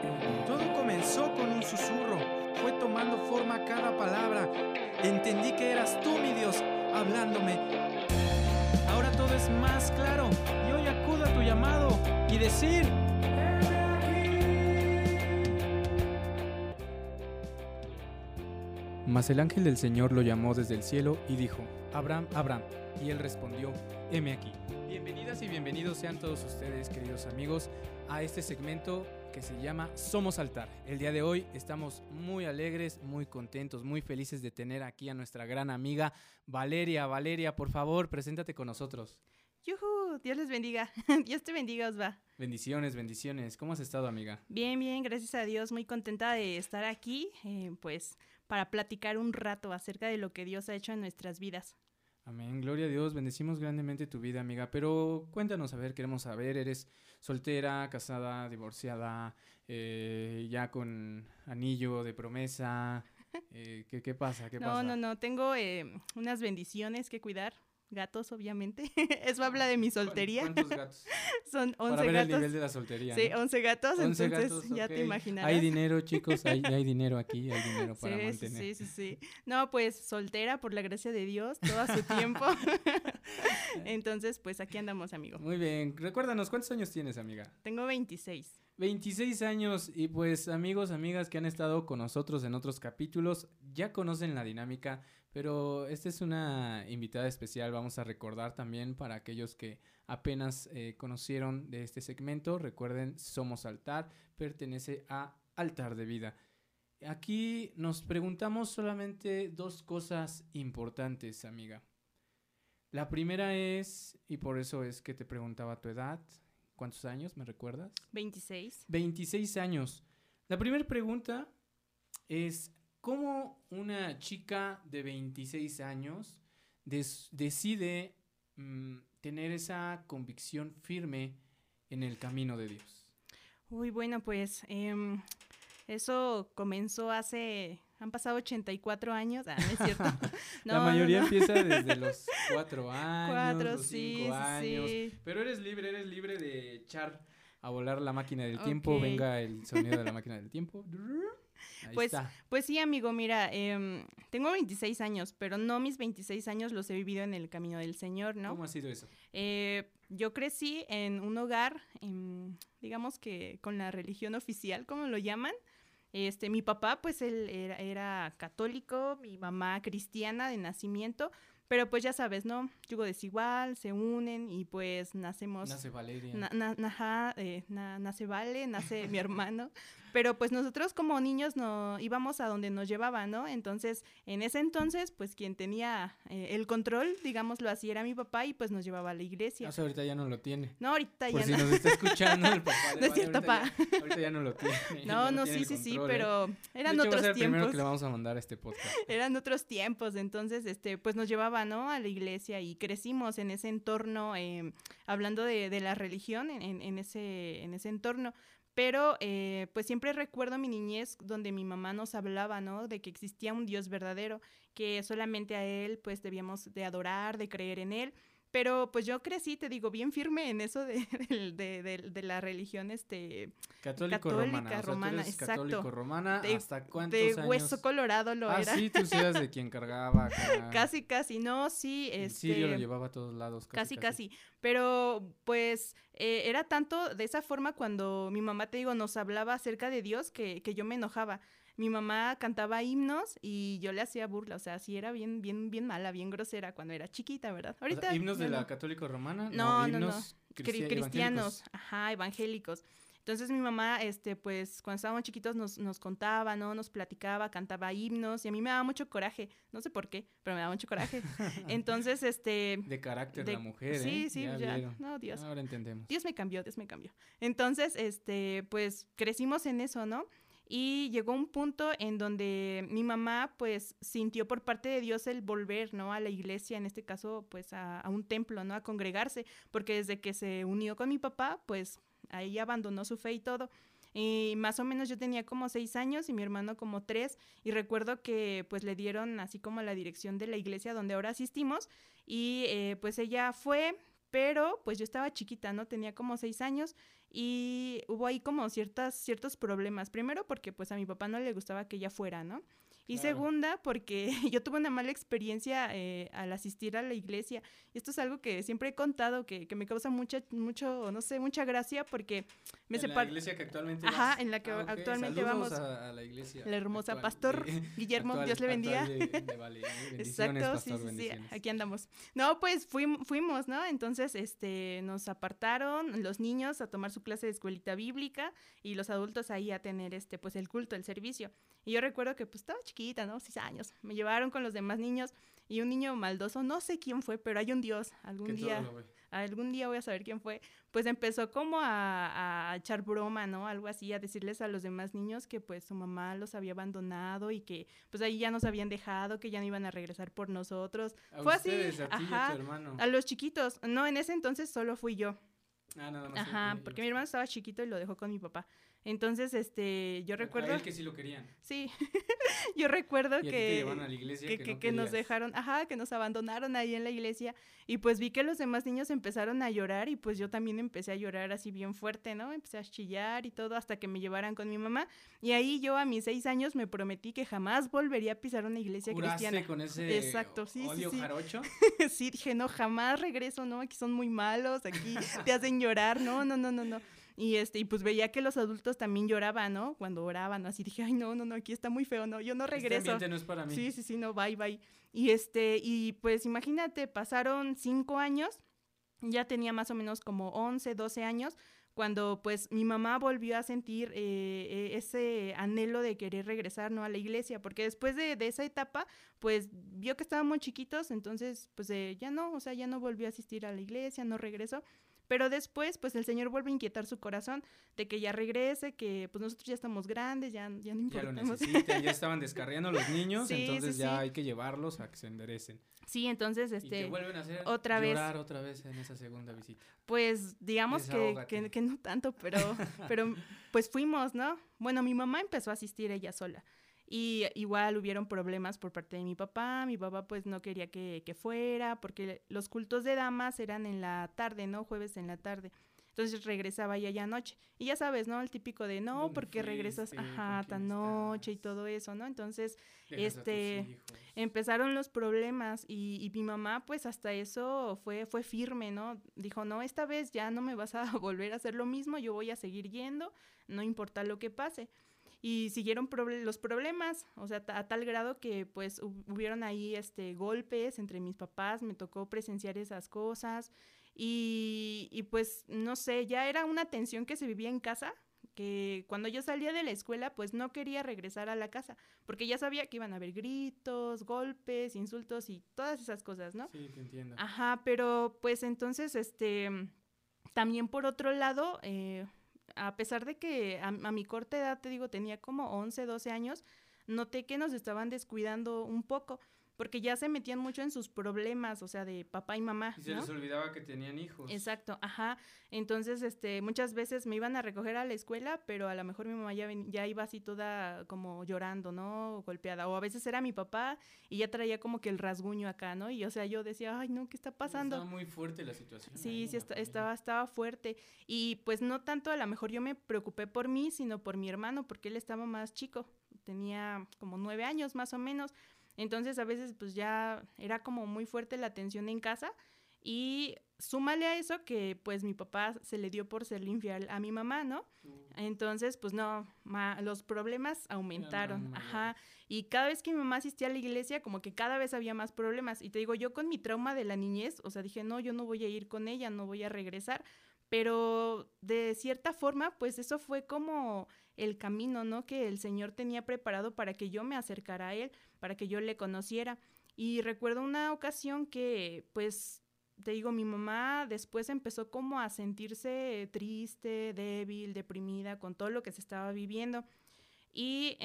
Todo comenzó con un susurro, fue tomando forma cada palabra. Entendí que eras tú, mi Dios, hablándome. Ahora todo es más claro y hoy acudo a tu llamado y decir: ¡Heme aquí! Mas el ángel del Señor lo llamó desde el cielo y dijo: Abraham, Abraham. Y él respondió: heme aquí. Bienvenidas y bienvenidos sean todos ustedes, queridos amigos, a este segmento que se llama Somos Altar. El día de hoy estamos muy alegres, muy contentos, muy felices de tener aquí a nuestra gran amiga Valeria. Valeria, por favor, preséntate con nosotros. ¡Yujú! Dios les bendiga. Dios te bendiga, Osva. Bendiciones, bendiciones. ¿Cómo has estado, amiga? Bien, bien, gracias a Dios. Muy contenta de estar aquí, pues, para platicar un rato acerca de lo que Dios ha hecho en nuestras vidas. Amén, gloria a Dios, bendecimos grandemente tu vida, amiga, pero cuéntanos, a ver, queremos saber, ¿eres soltera, casada, divorciada, ya con anillo de promesa? ¿Qué pasa? ¿Qué pasa? No, tengo unas bendiciones que cuidar. Gatos, obviamente. Eso habla de mi soltería. ¿Cuántos gatos? Son 11 Para ver gatos. el nivel de la soltería, Sí, ¿no? 11 gatos, 11 entonces gatos, ya okay. te imaginarás. Hay dinero, chicos, hay dinero aquí, hay dinero para mantener. Sí. No, pues soltera, por la gracia de Dios, todo a su tiempo. Entonces, pues aquí andamos, amigo. Muy bien, recuérdanos, ¿cuántos años tienes, amiga? Tengo 26. 26 años y pues amigos, amigas que han estado con nosotros en otros capítulos ya conocen la dinámica, pero esta es una invitada especial. Vamos a recordar también para aquellos que apenas conocieron de este segmento. Recuerden, Somos Altar, pertenece a Altar de Vida. Aquí nos preguntamos solamente dos cosas importantes, amiga. La primera es, y por eso es que te preguntaba tu edad. ¿Cuántos años? ¿Me recuerdas? 26. 26 años. La primera pregunta es, ¿cómo una chica de 26 años decide tener esa convicción firme en el camino de Dios? Uy, bueno, pues eso comenzó han pasado 84 años, no es cierto. No, la mayoría no. empieza desde los 4 años, los 5 sí, años, sí. pero eres libre de echar a volar la máquina del tiempo. Venga el sonido de la máquina del tiempo. Ahí pues, está. Pues sí, amigo, mira, tengo 26 años, pero no mis 26 años los he vivido en el camino del Señor, ¿no? ¿Cómo ha sido eso? Yo crecí en un hogar, digamos que con la religión oficial, como lo llaman. Mi papá, pues él era católico, mi mamá cristiana de nacimiento, pero pues ya sabes, ¿no? Yugo desigual, se unen y pues nacemos... Nace Valeria. Nace Vale, nace mi hermano, pero pues nosotros como niños no íbamos a donde nos llevaban, ¿no? Entonces, en ese entonces, pues quien tenía el control, digámoslo así, era mi papá y pues nos llevaba a la iglesia. O sea, ahorita ya no lo tiene. No, ahorita Por ya si no. nos está escuchando el papá de No es cierto, Vale, ahorita ya no lo tiene. No, tiene sí, control, pero eran de hecho, otros va a ser el primero tiempos. que le vamos a mandar a este podcast. Eran otros tiempos, entonces, pues nos llevaba, ¿no? A la iglesia y crecimos en ese entorno, hablando de la religión, en ese entorno. Pero pues siempre recuerdo mi niñez donde mi mamá nos hablaba, ¿no? De que existía un Dios verdadero, que solamente a Él pues debíamos de adorar, de creer en Él. Pero pues yo crecí, te digo, bien firme en eso de la religión católica romana. O sea, tú eres exacto. católico romana, ¿hasta cuántos de años? De hueso colorado lo era. Ah, sí, tú sí eras de quien cargaba acá. Casi, no, sí. El cirio lo llevaba a todos lados. Casi. Pero pues era tanto de esa forma cuando mi mamá, te digo, nos hablaba acerca de Dios que yo me enojaba. Mi mamá cantaba himnos y yo le hacía burla, o sea, sí era bien mala, bien grosera cuando era chiquita, ¿verdad? Ahorita, o sea, ¿himnos de no. la católica romana? No. Himnos Cristianos, ajá, evangélicos. Entonces mi mamá, pues cuando estábamos chiquitos nos contaba, ¿no? Nos platicaba, cantaba himnos y a mí me daba mucho coraje, no sé por qué, pero me daba mucho coraje. Entonces, De carácter la mujer, sí, ya. No, Dios. Ahora entendemos. Dios me cambió. Entonces, pues crecimos en eso, ¿no? Y llegó un punto en donde mi mamá, pues, sintió por parte de Dios el volver, ¿no? A la iglesia, en este caso, pues, a un templo, ¿no? A congregarse, porque desde que se unió con mi papá, pues, ahí abandonó su fe y todo. Y más o menos yo tenía como 6 años y mi hermano como 3, y recuerdo que pues le dieron así como la dirección de la iglesia donde ahora asistimos, y pues ella fue, pero pues yo estaba chiquita, ¿no? Tenía como 6 años, y hubo ahí como ciertos problemas. Primero porque pues a mi papá no le gustaba que ella fuera, ¿no? Y Claro. segunda, porque yo tuve una mala experiencia al asistir a la iglesia. Y esto es algo que siempre he contado, que me causa mucha gracia, porque me En la separo. iglesia que actualmente Ajá, vas. en la que Ah, ok. actualmente Saludos vamos. a la iglesia La hermosa actual Pastor Guillermo, Dios le bendiga. Vale, bendiciones, Exacto, pastor, sí, bendiciones. aquí andamos. No, pues fuimos, ¿no? Entonces, nos apartaron los niños a tomar su clase de escuelita bíblica y los adultos ahí a tener, pues el culto, el servicio. Y yo recuerdo que pues estaba chiquita, ¿no? 6 años. Me llevaron con los demás niños y un niño maldoso, no sé quién fue, pero hay un Dios, algún día voy a saber quién fue, pues empezó como a echar broma, ¿no? Algo así, a decirles a los demás niños que pues su mamá los había abandonado y que pues ahí ya nos habían dejado, que ya no iban a regresar por nosotros. A Fue ustedes, así, a ti y a ajá, tu hermano. a los chiquitos. No, en ese entonces solo fui yo. Ah, nada más. Ajá, porque mi hermano estaba chiquito y lo dejó con mi papá. Entonces, yo A recuerdo... él que sí lo querían. Sí, yo recuerdo Y a ti te llevaron a la iglesia que no que nos querías. dejaron, ajá, que nos abandonaron ahí en la iglesia y pues vi que los demás niños empezaron a llorar y pues yo también empecé a llorar así bien fuerte, ¿no? Empecé a chillar y todo hasta que me llevaran con mi mamá y ahí yo a mis 6 años me prometí que jamás volvería a pisar una iglesia ¿Juraste cristiana. con ese Exacto, sí, odio sí. jarocho? Sí, dije, no, jamás regreso, ¿no? Aquí son muy malos, aquí te hacen llorar, no. Y pues veía que los adultos también lloraban, ¿no? Cuando oraban, ¿no? Así dije, ay, no, aquí está muy feo, no, yo no regreso. Este ambiente no es para mí. Sí, no, bye. Y pues imagínate, pasaron 5 años, ya tenía más o menos como 11, 12 años, cuando pues mi mamá volvió a sentir ese anhelo de querer regresar, ¿no? A la iglesia, porque después de esa etapa, pues vio que estábamos chiquitos, entonces pues ya no, o sea, ya no volvió a asistir a la iglesia, no regresó. Pero después, pues el Señor vuelve a inquietar su corazón de que ya regrese, que pues nosotros ya estamos grandes, ya no importamos. Ya lo necesitan, ya estaban descarriando los niños, Sí, entonces sí, ya sí. hay que llevarlos a que se enderecen. Sí, entonces, Y te vuelven a hacer llorar otra vez en esa segunda visita. Pues digamos que no tanto, pero pues fuimos, ¿no? Bueno, mi mamá empezó a asistir ella sola. Y igual hubieron problemas por parte de mi papá pues no quería que fuera, porque los cultos de damas eran en la tarde, ¿no? Jueves en la tarde. Entonces regresaba ella ya anoche. Y ya sabes, ¿no? El típico de no, porque regresas, tan noche y todo eso, ¿no? Entonces, empezaron los problemas y mi mamá pues hasta eso fue firme, ¿no? Dijo, no, esta vez ya no me vas a volver a hacer lo mismo, yo voy a seguir yendo, no importa lo que pase. Y siguieron los problemas, o sea, a tal grado que pues hubieron ahí golpes entre mis papás, me tocó presenciar esas cosas y pues no sé, ya era una tensión que se vivía en casa, que cuando yo salía de la escuela pues no quería regresar a la casa, porque ya sabía que iban a haber gritos, golpes, insultos y todas esas cosas, ¿no? Sí, te entiendo. Ajá, pero pues entonces también por otro lado, a pesar de que a mi corta edad, te digo, tenía como 11, 12 años, noté que nos estaban descuidando un poco, porque ya se metían mucho en sus problemas, o sea, de papá y mamá, Y se ¿no? les olvidaba que tenían hijos. Exacto, ajá. Entonces, muchas veces me iban a recoger a la escuela, pero a lo mejor mi mamá ya iba así toda como llorando, ¿no? Golpeada. O a veces era mi papá y ya traía como que el rasguño acá, ¿no? Y o sea, yo decía, ay, no, ¿qué está pasando? Estaba muy fuerte la situación. Sí, estaba fuerte. Y pues no tanto, a lo mejor yo me preocupé por mí, sino por mi hermano, porque él estaba más chico. Tenía como 9 años más o menos. Entonces a veces pues ya era como muy fuerte la tensión en casa y súmale a eso que pues mi papá se le dio por serle infiel a mi mamá, ¿no? Entonces pues no, los problemas aumentaron, ajá, y cada vez que mi mamá asistía a la iglesia como que cada vez había más problemas y te digo, yo con mi trauma de la niñez, o sea, dije, no, yo no voy a ir con ella, no voy a regresar, pero de cierta forma pues eso fue como el camino, ¿no? Que el Señor tenía preparado para que yo me acercara a Él, para que yo le conociera. Y recuerdo una ocasión que, pues, te digo, mi mamá después empezó como a sentirse triste, débil, deprimida con todo lo que se estaba viviendo. Y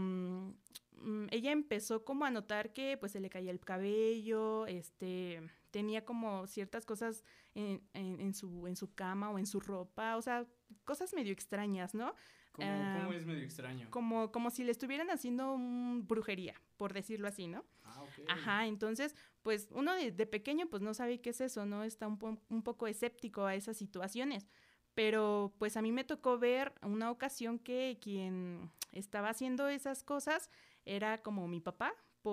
ella empezó como a notar que, pues, se le caía el cabello, tenía como ciertas cosas en su cama o en su ropa, o sea, cosas medio extrañas, ¿no? ¿Cómo es medio extraño? Como si le estuvieran haciendo brujería, por decirlo así, ¿no? Ah, ok. Ajá, entonces, pues uno de pequeño pues no sabe qué es eso, ¿no? Está un poco escéptico a esas situaciones, pero pues a mí me tocó ver una ocasión que quien estaba haciendo esas cosas era como mi papá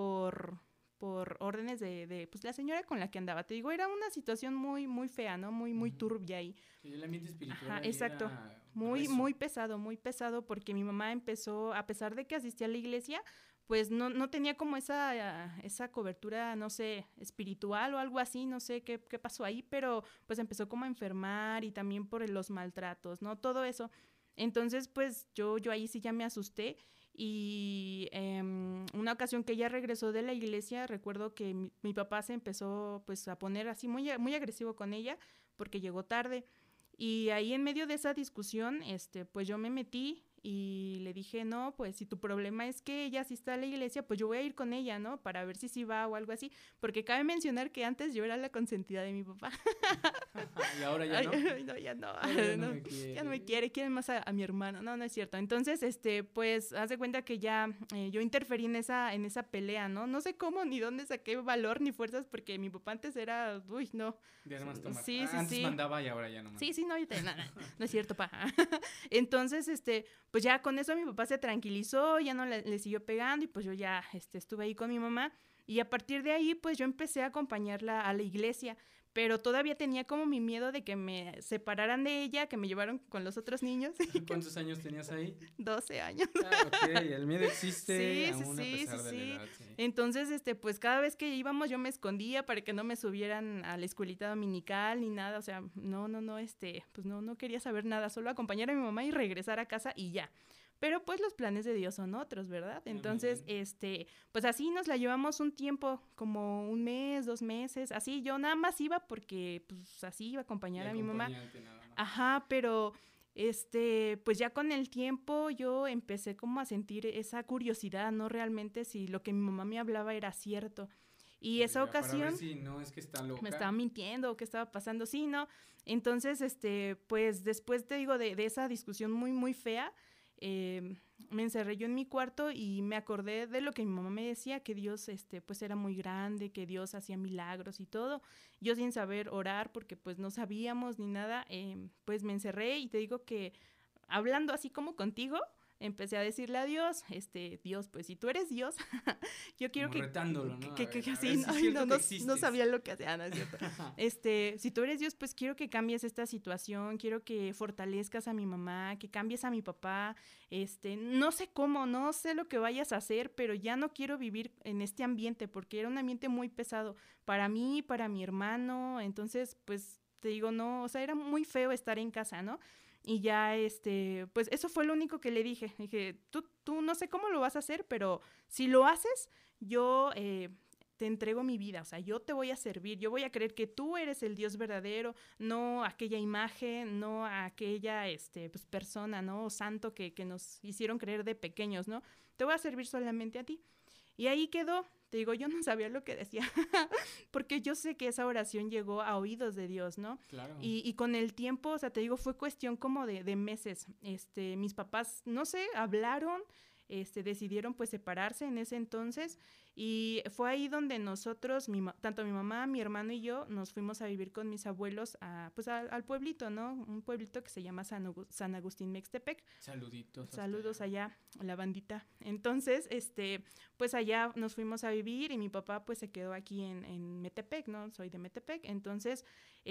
por órdenes de pues la señora con la que andaba. Te digo, era una situación muy, muy fea, ¿no? Muy, muy turbia ahí. Sí, el ambiente espiritual Ajá, ahí exacto. era Muy, grueso. muy pesado porque mi mamá empezó, a pesar de que asistía a la iglesia, pues no tenía como esa cobertura, no sé, espiritual o algo así, no sé qué pasó ahí, pero pues empezó como a enfermar y también por los maltratos, ¿no? Todo eso. Entonces, pues yo ahí sí ya me asusté y una ocasión que ella regresó de la iglesia, recuerdo que mi papá se empezó pues a poner así muy, muy agresivo con ella porque llegó tarde. Y ahí en medio de esa discusión, pues yo me metí y le dije, no, pues si tu problema es que ella sí está a la iglesia, pues yo voy a ir con ella, ¿no? Para ver si sí va o algo así. Porque cabe mencionar que antes yo era la consentida de mi papá. Y ahora ya Ay, no. ay, no, ya no, Ahora ya no no, me ya no me quiere. quiere más a mi hermano. No, no es cierto. Entonces, pues, haz de cuenta que ya yo interferí en esa pelea, ¿no? No sé cómo ni dónde saqué valor ni fuerzas porque mi papá antes era, uy, no. De armas tomar. Sí, sí, Antes sí. mandaba y ahora ya no manda. Sí, sí, no, yo te, no, no, no es cierto, pa. Entonces, pues ya con eso mi papá se tranquilizó, ya no le siguió pegando y pues yo ya estuve ahí con mi mamá y a partir de ahí pues yo empecé a acompañarla a la iglesia, pero todavía tenía como mi miedo de que me separaran de ella, que me llevaron con los otros niños. ¿Cuántos años tenías ahí? 12 años. Ah, ok, el miedo existe Sí, sí, aún a sí, sí, pesar de la sí. edad, sí. Entonces, pues cada vez que íbamos yo me escondía para que no me subieran a la escuelita dominical ni nada, o sea, no, pues no quería saber nada, solo acompañar a mi mamá y regresar a casa y ya. Pero pues los planes de Dios son otros, ¿verdad? Entonces, Amén. pues así nos la llevamos un tiempo, como un mes, 2 meses, así yo nada más iba porque pues así iba a Y acompañar a mi mamá. acompañante nada más. Ajá, pero pues ya con el tiempo yo empecé como a sentir esa curiosidad, ¿no? Realmente si lo que mi mamá me hablaba era cierto. Y esa Ya, para ver ocasión si no es que está me loca. estaba mintiendo o qué estaba pasando, sí, ¿no? Entonces, pues después te digo de esa discusión muy, muy fea, me encerré yo en mi cuarto y me acordé de lo que mi mamá me decía, que Dios, pues era muy grande, que Dios hacía milagros y todo. Yo sin saber orar, porque pues no sabíamos ni nada, pues me encerré y te digo que hablando así como contigo, empecé a decirle a Dios, Dios, pues si tú eres Dios, yo quiero Como retándolo, ¿no? que A ver así, si es ay, cierto que no existes. sabía lo que hacía, no es cierto. Si tú eres Dios, pues quiero que cambies esta situación, quiero que fortalezcas a mi mamá, que cambies a mi papá, no sé cómo, no sé lo que vayas a hacer, pero ya no quiero vivir en este ambiente, porque era un ambiente muy pesado para mí, para mi hermano, entonces, pues, te digo, no, o sea, era muy feo estar en casa, ¿no? Y ya, pues eso fue lo único que le dije. Dije, tú no sé cómo lo vas a hacer, pero si lo haces, yo te entrego mi vida. O sea, yo te voy a servir. Yo voy a creer que tú eres el Dios verdadero, no aquella imagen, no aquella pues, persona, ¿no? O santo que nos hicieron creer de pequeños, ¿no? Te voy a servir solamente a ti. Y ahí quedó. Te digo, yo no sabía lo que decía, porque yo sé que esa oración llegó a oídos de Dios, ¿no? Claro. Y con el tiempo, o sea, te digo, fue cuestión como de meses. Mis papás, no sé, hablaron, decidieron pues separarse en ese entonces y fue ahí donde nosotros, tanto mi mamá, mi hermano y yo, nos fuimos a vivir con mis abuelos pues al pueblito, ¿no? Un pueblito que se llama San Agustín Mextepec. Saluditos. Saludos allá, a la bandita. Entonces, pues allá nos fuimos a vivir y mi papá pues se quedó aquí en Metepec, ¿no? Soy de Metepec. Entonces,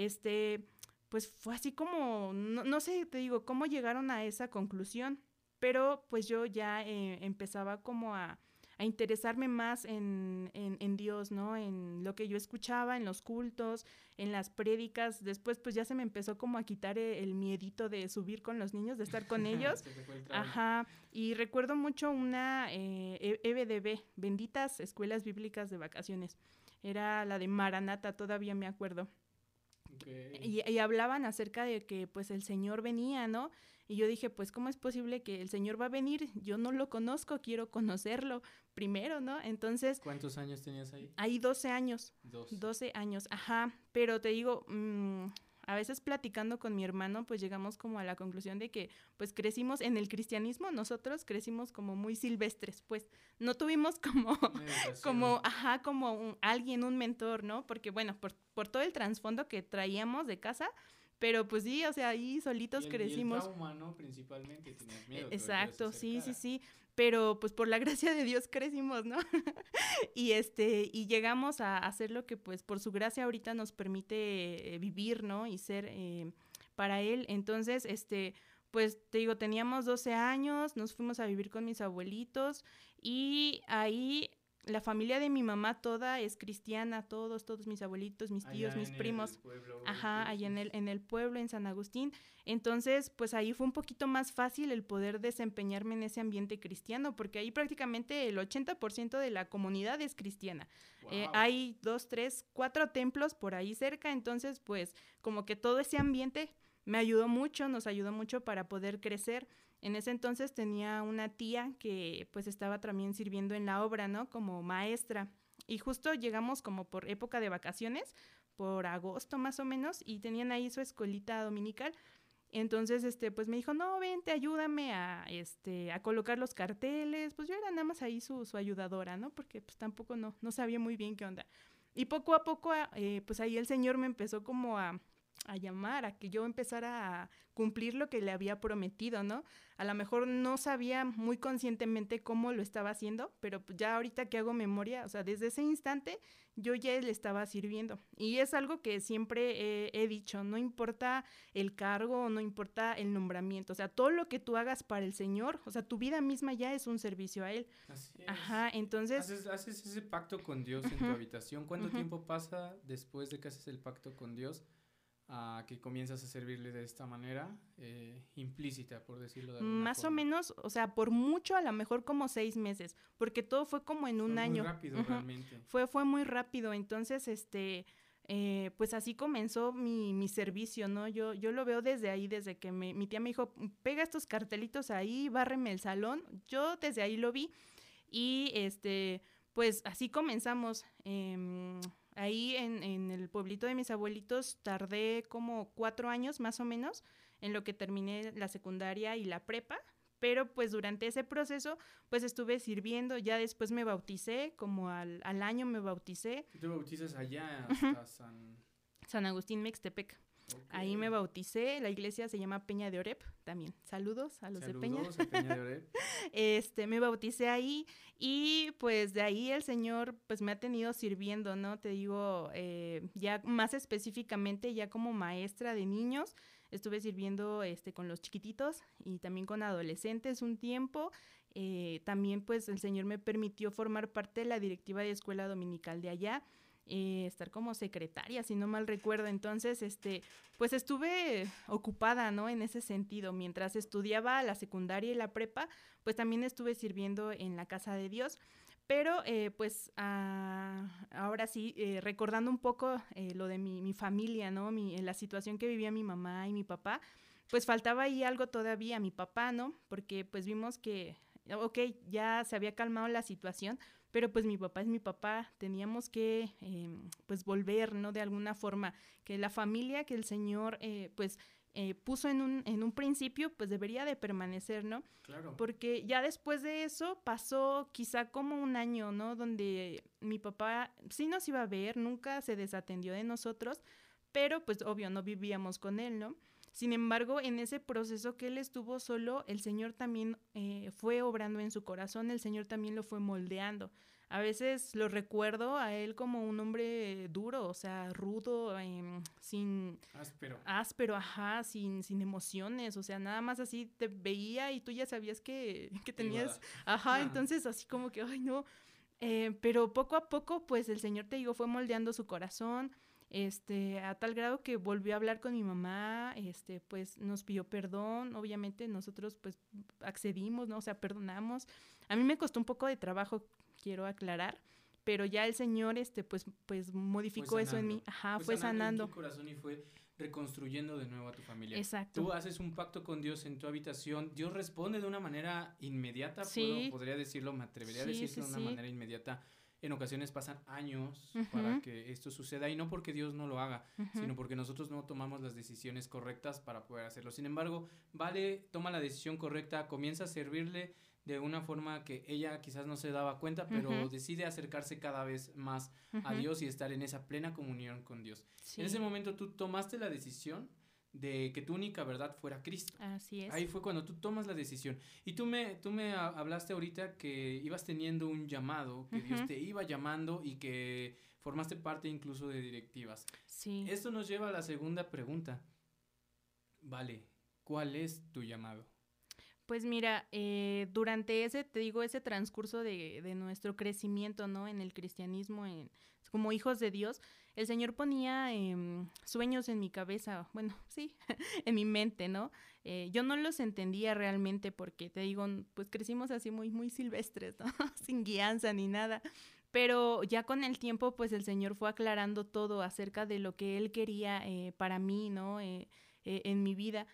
pues fue así como, no sé, te digo, cómo llegaron a esa conclusión, pero pues yo ya empezaba como a interesarme más en Dios, ¿no? En lo que yo escuchaba, en los cultos, en las prédicas. Después pues ya se me empezó como a quitar el miedito de subir con los niños, de estar con ellos. Se te fue el trauma. Ajá, y recuerdo mucho una EBDB, Benditas Escuelas Bíblicas de Vacaciones. Era la de Maranata, todavía me acuerdo. Okay. Y hablaban acerca de que pues el Señor venía, ¿no? Y yo dije, pues ¿cómo es posible que el Señor va a venir? Yo no lo conozco, quiero conocerlo primero, ¿no? Entonces... ¿Cuántos años tenías ahí? Ahí 12 años. 12. 12 años, ajá. Pero te digo, a veces platicando con mi hermano, pues llegamos como a la conclusión de que pues crecimos en el cristianismo, nosotros crecimos como muy silvestres, pues no tuvimos como alguien, un mentor, ¿no? Porque bueno, por todo el trasfondo que traíamos de casa, Pero pues sí, o sea, ahí solitos Y el crecimos. trauma, ¿no? Principalmente tenías miedo que Dios se Exacto, sí, sí, acercara. sí. Pero pues por la gracia de Dios crecimos, ¿no? Y llegamos a hacer lo que pues por su gracia ahorita nos permite vivir, ¿no? Y ser para Él. Entonces, pues te digo, teníamos 12 años, nos fuimos a vivir con mis abuelitos y ahí la familia de mi mamá toda es cristiana, todos mis abuelitos, mis tíos, Allá mis en el primos. pueblo en que Ajá, ahí dices. en el pueblo, en San Agustín. Entonces, pues ahí fue un poquito más fácil el poder desempeñarme en ese ambiente cristiano, porque ahí prácticamente el 80% de la comunidad es cristiana. Wow. Hay 2, 3, 4 templos por ahí cerca, entonces, pues como que todo ese ambiente me ayudó mucho, nos ayudó mucho para poder crecer. En ese entonces tenía una tía que pues estaba también sirviendo en la obra, ¿no? Como maestra. Y justo llegamos como por época de vacaciones, por agosto más o menos, y tenían ahí su escuelita dominical. Entonces, pues me dijo, no, vente, ayúdame a colocar los carteles. Pues yo era nada más ahí su ayudadora, ¿no? Porque pues tampoco no sabía muy bien qué onda. Y poco a poco, pues ahí el Señor me empezó como a llamar, a que yo empezara a cumplir lo que le había prometido, ¿no? A lo mejor no sabía muy conscientemente cómo lo estaba haciendo, pero pues ya ahorita que hago memoria, o sea, desde ese instante yo ya le estaba sirviendo. Y es algo que siempre he dicho, no importa el cargo, no importa el nombramiento, o sea, todo lo que tú hagas para el Señor, o sea, tu vida misma ya es un servicio a Él. Así es. Ajá, entonces... Haces ese pacto con Dios en tu Uh-huh, habitación. ¿Cuánto uh-huh. tiempo pasa después de que haces el pacto con Dios a que comienzas a servirle de esta manera implícita, por decirlo de alguna Más o forma? menos, o sea, por mucho, a lo mejor como 6 meses, porque todo fue como en Fue un muy año. rápido Ujú. realmente. Fue muy rápido, entonces, pues así comenzó mi servicio, ¿no? Yo lo veo desde ahí, desde que mi tía me dijo, pega estos cartelitos ahí, bárreme el salón, yo desde ahí lo vi y, pues así comenzamos. Ahí en el pueblito de mis abuelitos tardé como 4 años más o menos en lo que terminé la secundaria y la prepa, pero pues durante ese proceso pues estuve sirviendo, ya después me bauticé, como al año me bauticé. Tú te bautizas allá Uh-huh. hasta San... San Agustín Mixtepec. Ok. Ahí me bauticé, la iglesia se llama Peña de Oreb, también. Saludos a los de Peña. Saludos a Peña de Oreb. Me bauticé ahí y pues de ahí el Señor pues me ha tenido sirviendo, ¿no? Te digo, ya más específicamente ya como maestra de niños, estuve sirviendo con los chiquititos y también con adolescentes un tiempo. También pues el Señor me permitió formar parte de la directiva de escuela dominical de allá. Estar como secretaria, si no mal recuerdo. Entonces, pues estuve ocupada, ¿no? En ese sentido. Mientras estudiaba la secundaria y la prepa, pues también estuve sirviendo en la casa de Dios. Pero, pues, ahora sí, recordando un poco lo de mi familia, ¿no? La situación que vivía mi mamá y mi papá, pues faltaba ahí algo todavía a mi papá, ¿no? Porque pues vimos que, ok, ya se había calmado la situación, pero pues mi papá es mi papá, teníamos que pues volver, ¿no? De alguna forma, que la familia que el Señor pues puso en un principio, pues debería de permanecer, ¿no? Claro. Porque ya después de eso pasó quizá como un año, ¿no? Donde mi papá sí nos iba a ver, nunca se desatendió de nosotros, pero pues obvio no vivíamos con él, ¿no? Sin embargo, en ese proceso que él estuvo solo, el Señor también fue obrando en su corazón, el Señor también lo fue moldeando. A veces lo recuerdo a él como un hombre duro, o sea, rudo, sin Áspero. áspero, ajá, sin emociones, o sea, nada más así te veía y tú ya sabías que Te iba a dar. tenías, ajá, entonces así como que, ay, no, pero poco a poco, pues el Señor, te digo, fue moldeando su corazón, a tal grado que volvió a hablar con mi mamá, pues nos pidió perdón, obviamente nosotros pues accedimos, ¿no? O sea, perdonamos. A mí me costó un poco de trabajo, quiero aclarar, pero ya el Señor, pues Fue modificó eso en mí, sanando. ajá, Fue fue sanando en tu sanando. corazón y fue reconstruyendo de nuevo a tu familia. Exacto. Tú haces un pacto con Dios en tu habitación. Dios responde de una manera inmediata, Sí, podría decirlo, me atrevería a sí, decir que sí, de una sí. manera inmediata. En ocasiones pasan años para Ujú, que esto suceda y no porque Dios no lo haga, ujú, sino porque nosotros no tomamos las decisiones correctas para poder hacerlo. Sin embargo, Vale toma la decisión correcta, comienza a servirle de una forma que ella quizás no se daba cuenta, pero ujú, decide acercarse cada vez más a ujú. Dios y estar en esa plena comunión con Dios. En ese Sí. momento tú tomaste la decisión de que tu única verdad fuera Cristo. Así es. Ahí fue cuando tú tomas la decisión. Y tú me hablaste ahorita que ibas teniendo un llamado, que Dios te iba llamando y que formaste parte incluso de directivas. Sí. Esto nos lleva a la segunda pregunta. Vale, ¿cuál es tu llamado? Pues mira, durante ese transcurso de nuestro crecimiento, ¿no? En el cristianismo, como hijos de Dios, el Señor ponía sueños en mi cabeza, bueno, sí, en mi mente, ¿no? Yo no los entendía realmente porque, te digo, pues crecimos así muy, muy silvestres, ¿no? Sin guianza ni nada. Pero ya con el tiempo, pues el Señor fue aclarando todo acerca de lo que Él quería para mí, ¿no? En mi vida.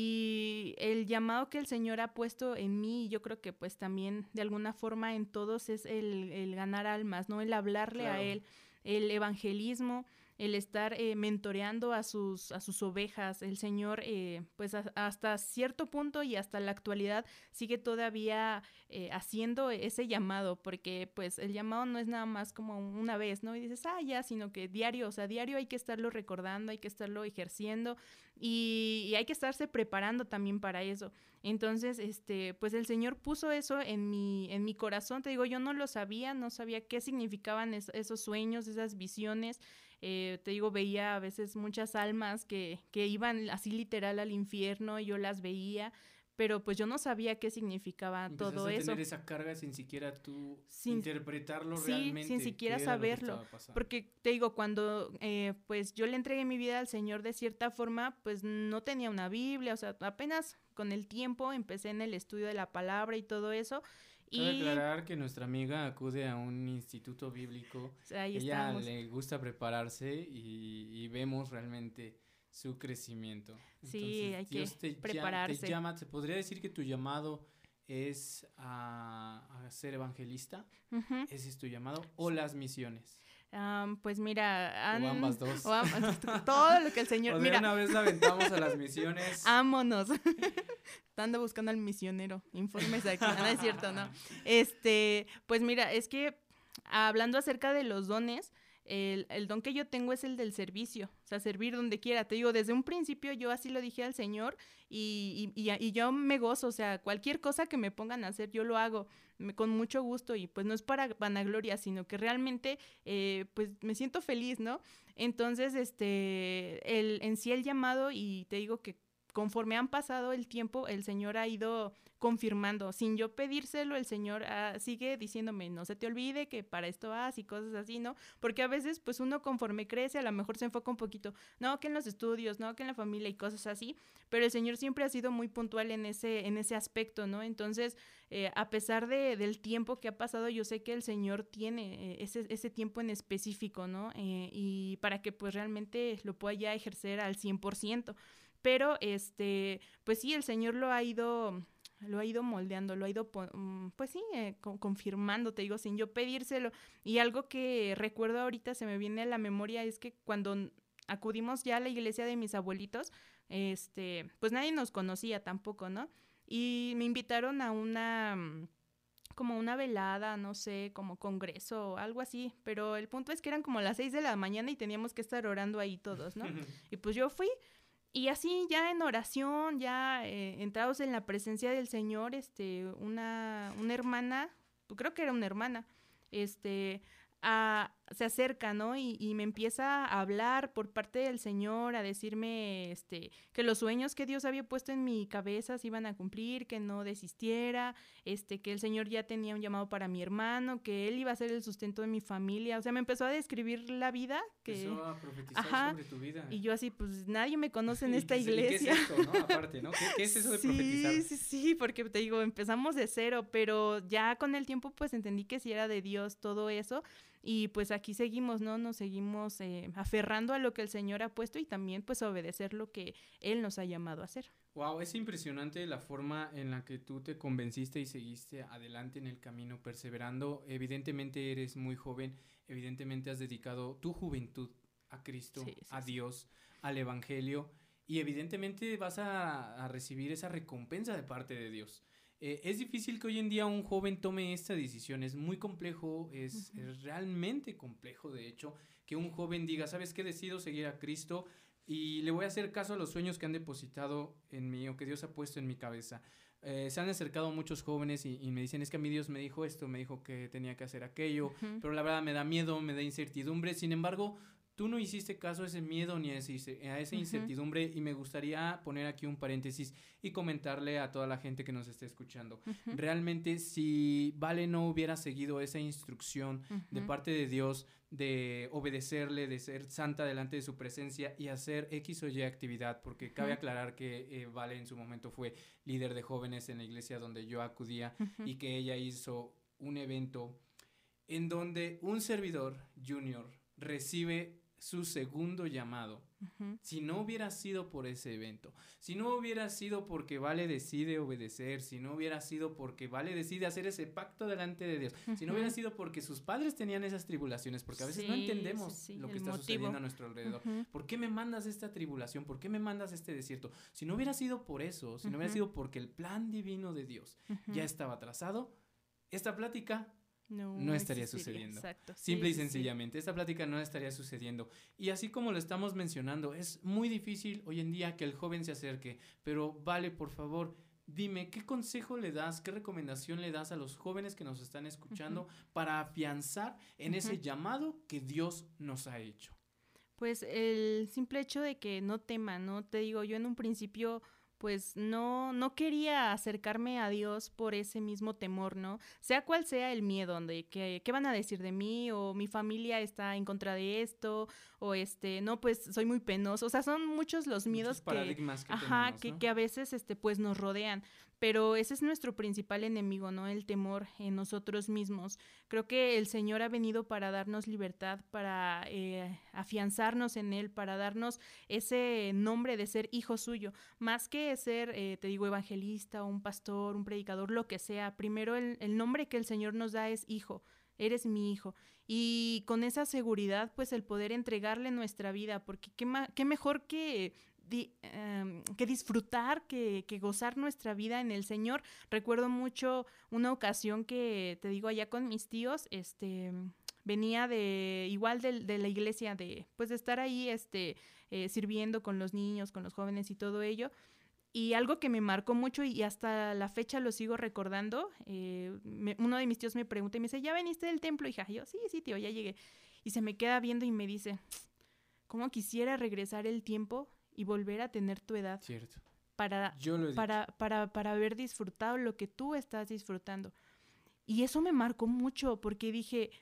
Y el llamado que el Señor ha puesto en mí, yo creo que pues también de alguna forma en todos es el ganar almas, ¿no? El hablarle a Él, el evangelismo, el estar mentoreando a sus ovejas. El Señor pues hasta cierto punto y hasta la actualidad sigue todavía haciendo ese llamado, porque pues el llamado no es nada más como una vez, ¿no? Y dices, ya, sino que diario, o sea, diario hay que estarlo recordando, hay que estarlo ejerciendo y hay que estarse preparando también para eso. Entonces, pues el Señor puso eso en mi corazón. Te digo, yo no lo sabía, no sabía qué significaban esos sueños, esas visiones. Te digo, veía a veces muchas almas que iban así literal al infierno y yo las veía, pero pues yo no sabía qué significaba todo eso. Empezaste a tener esa carga sin siquiera tú interpretarlo realmente. Sí, sin siquiera saberlo, porque te digo, cuando pues yo le entregué mi vida al Señor de cierta forma, pues no tenía una Biblia, o sea, apenas con el tiempo empecé en el estudio de la palabra y todo eso. Cabe aclarar que nuestra amiga acude a un instituto bíblico. Ahí ella estamos. Le gusta prepararse y vemos realmente su crecimiento. Sí, entonces, hay que prepararse. Te llama, ¿se podría decir que tu llamado es a ser evangelista? ¿Ese es tu llamado? ¿O las misiones? Pues mira, o ambas dos. Todo lo que el Señor... O sea, mira, una vez la aventamos a las misiones. ¡Vámonos! Ando buscando al misionero. Informes aquí. No es cierto, ¿no? Pues mira, es que hablando acerca de los dones, el don que yo tengo es el del servicio, o sea, servir donde quiera. Te digo, desde un principio yo así lo dije al Señor y yo me gozo, o sea, cualquier cosa que me pongan a hacer, yo lo hago con mucho gusto y pues no es para vanagloria, sino que realmente pues me siento feliz, ¿no? Entonces, en sí el llamado, y te digo que conforme han pasado el tiempo, el Señor ha ido confirmando, sin yo pedírselo, el Señor sigue diciéndome, no se te olvide que para esto vas y cosas así, ¿no? Porque a veces, pues uno conforme crece, a lo mejor se enfoca un poquito, no, que en los estudios, no, que en la familia y cosas así, pero el Señor siempre ha sido muy puntual en ese aspecto, ¿no? Entonces, a pesar del tiempo que ha pasado, yo sé que el Señor tiene ese tiempo en específico, ¿no? Y para que pues realmente lo pueda ya ejercer al 100%. Pero, pues sí, el Señor lo ha ido moldeando, lo ha ido, pues sí, confirmando, te digo, sin yo pedírselo. Y algo que recuerdo ahorita, se me viene a la memoria, es que cuando acudimos ya a la iglesia de mis abuelitos, pues nadie nos conocía tampoco, ¿no? Y me invitaron a como una velada, no sé, como congreso o algo así, pero el punto es que eran como las 6 de la mañana y teníamos que estar orando ahí todos, ¿no? Y pues yo fui. Y así ya en oración, ya entrados en la presencia del Señor, una hermana, creo que era una hermana, se acerca, ¿no? Y me empieza a hablar por parte del Señor, a decirme que los sueños que Dios había puesto en mi cabeza se iban a cumplir, que no desistiera, que el Señor ya tenía un llamado para mi hermano, que él iba a ser el sustento de mi familia. O sea, me empezó a describir la vida. Empezó a profetizar sobre tu vida. Y yo así, pues nadie me conoce en esta iglesia. ¿Qué es esto, no? Aparte, ¿no? ¿Qué es eso de profetizar? Sí, porque te digo, empezamos de cero, pero ya con el tiempo pues entendí que sí era de Dios todo eso. Y pues aquí seguimos, ¿no? Nos seguimos aferrando a lo que el Señor ha puesto y también pues obedecer lo que Él nos ha llamado a hacer. Wow, es impresionante la forma en la que tú te convenciste y seguiste adelante en el camino, perseverando. Evidentemente eres muy joven, evidentemente has dedicado tu juventud a Cristo, a Dios, al Evangelio, y evidentemente vas a recibir esa recompensa de parte de Dios. Es difícil que hoy en día un joven tome esta decisión, es muy complejo, es realmente complejo, de hecho, que un joven diga, ¿sabes qué? Decido seguir a Cristo, y le voy a hacer caso a los sueños que han depositado en mí o que Dios ha puesto en mi cabeza. Se han acercado muchos jóvenes y me dicen, es que a mí Dios me dijo esto, me dijo que tenía que hacer aquello, pero la verdad me da miedo, me da incertidumbre. Sin embargo, tú no hiciste caso a ese miedo ni a esa incertidumbre, y me gustaría poner aquí un paréntesis y comentarle a toda la gente que nos esté escuchando. Realmente, si Vale no hubiera seguido esa instrucción de parte de Dios, de obedecerle, de ser santa delante de su presencia y hacer X o Y actividad, porque cabe aclarar que Vale en su momento fue líder de jóvenes en la iglesia donde yo acudía, y que ella hizo un evento en donde un servidor junior recibe su segundo llamado. Si no hubiera sido por ese evento, si no hubiera sido porque Vale decide obedecer, si no hubiera sido porque Vale decide hacer ese pacto delante de Dios, si no hubiera sido porque sus padres tenían esas tribulaciones, porque a veces no entendemos lo que está sucediendo a nuestro alrededor. ¿Por qué me mandas esta tribulación? ¿Por qué me mandas este desierto? Si no hubiera sido por eso, si no hubiera sido porque el plan divino de Dios ya estaba trazado, esta plática no estaría sucediendo. Exacto. Simple y sencillamente, esta plática no estaría sucediendo. Y así como lo estamos mencionando, es muy difícil hoy en día que el joven se acerque, pero Vale, por favor, dime, ¿qué consejo le das, qué recomendación le das a los jóvenes que nos están escuchando para afianzar en ese llamado que Dios nos ha hecho? Pues el simple hecho de que no teman, ¿no? Te digo, yo en un principio pues no quería acercarme a Dios por ese mismo temor, ¿no? Sea cual sea el miedo, de que qué van a decir de mí, o mi familia está en contra de esto, o no, pues soy muy penoso. O sea, son muchos los miedos paradigmas que tenemos, ¿no? que a veces pues nos rodean. Pero ese es nuestro principal enemigo, ¿no? El temor en nosotros mismos. Creo que el Señor ha venido para darnos libertad, para afianzarnos en Él, para darnos ese nombre de ser hijo suyo. Más que ser, te digo, evangelista, un pastor, un predicador, lo que sea. Primero el nombre que el Señor nos da es hijo. Eres mi hijo. Y con esa seguridad, pues el poder entregarle nuestra vida, porque qué mejor que disfrutar, que gozar nuestra vida en el Señor. Recuerdo mucho una ocasión que, te digo, allá con mis tíos, venía igual de la iglesia, pues de estar ahí, sirviendo con los niños, con los jóvenes y todo ello. Y algo que me marcó mucho y hasta la fecha lo sigo recordando, uno de mis tíos me pregunta y me dice, ¿ya veniste del templo, hija? Y yo, sí, tío, ya llegué. Y se me queda viendo y me dice, ¿cómo quisiera regresar el tiempo y volver a tener tu edad? Cierto. Para haber disfrutado lo que tú estás disfrutando. Y eso me marcó mucho porque dije,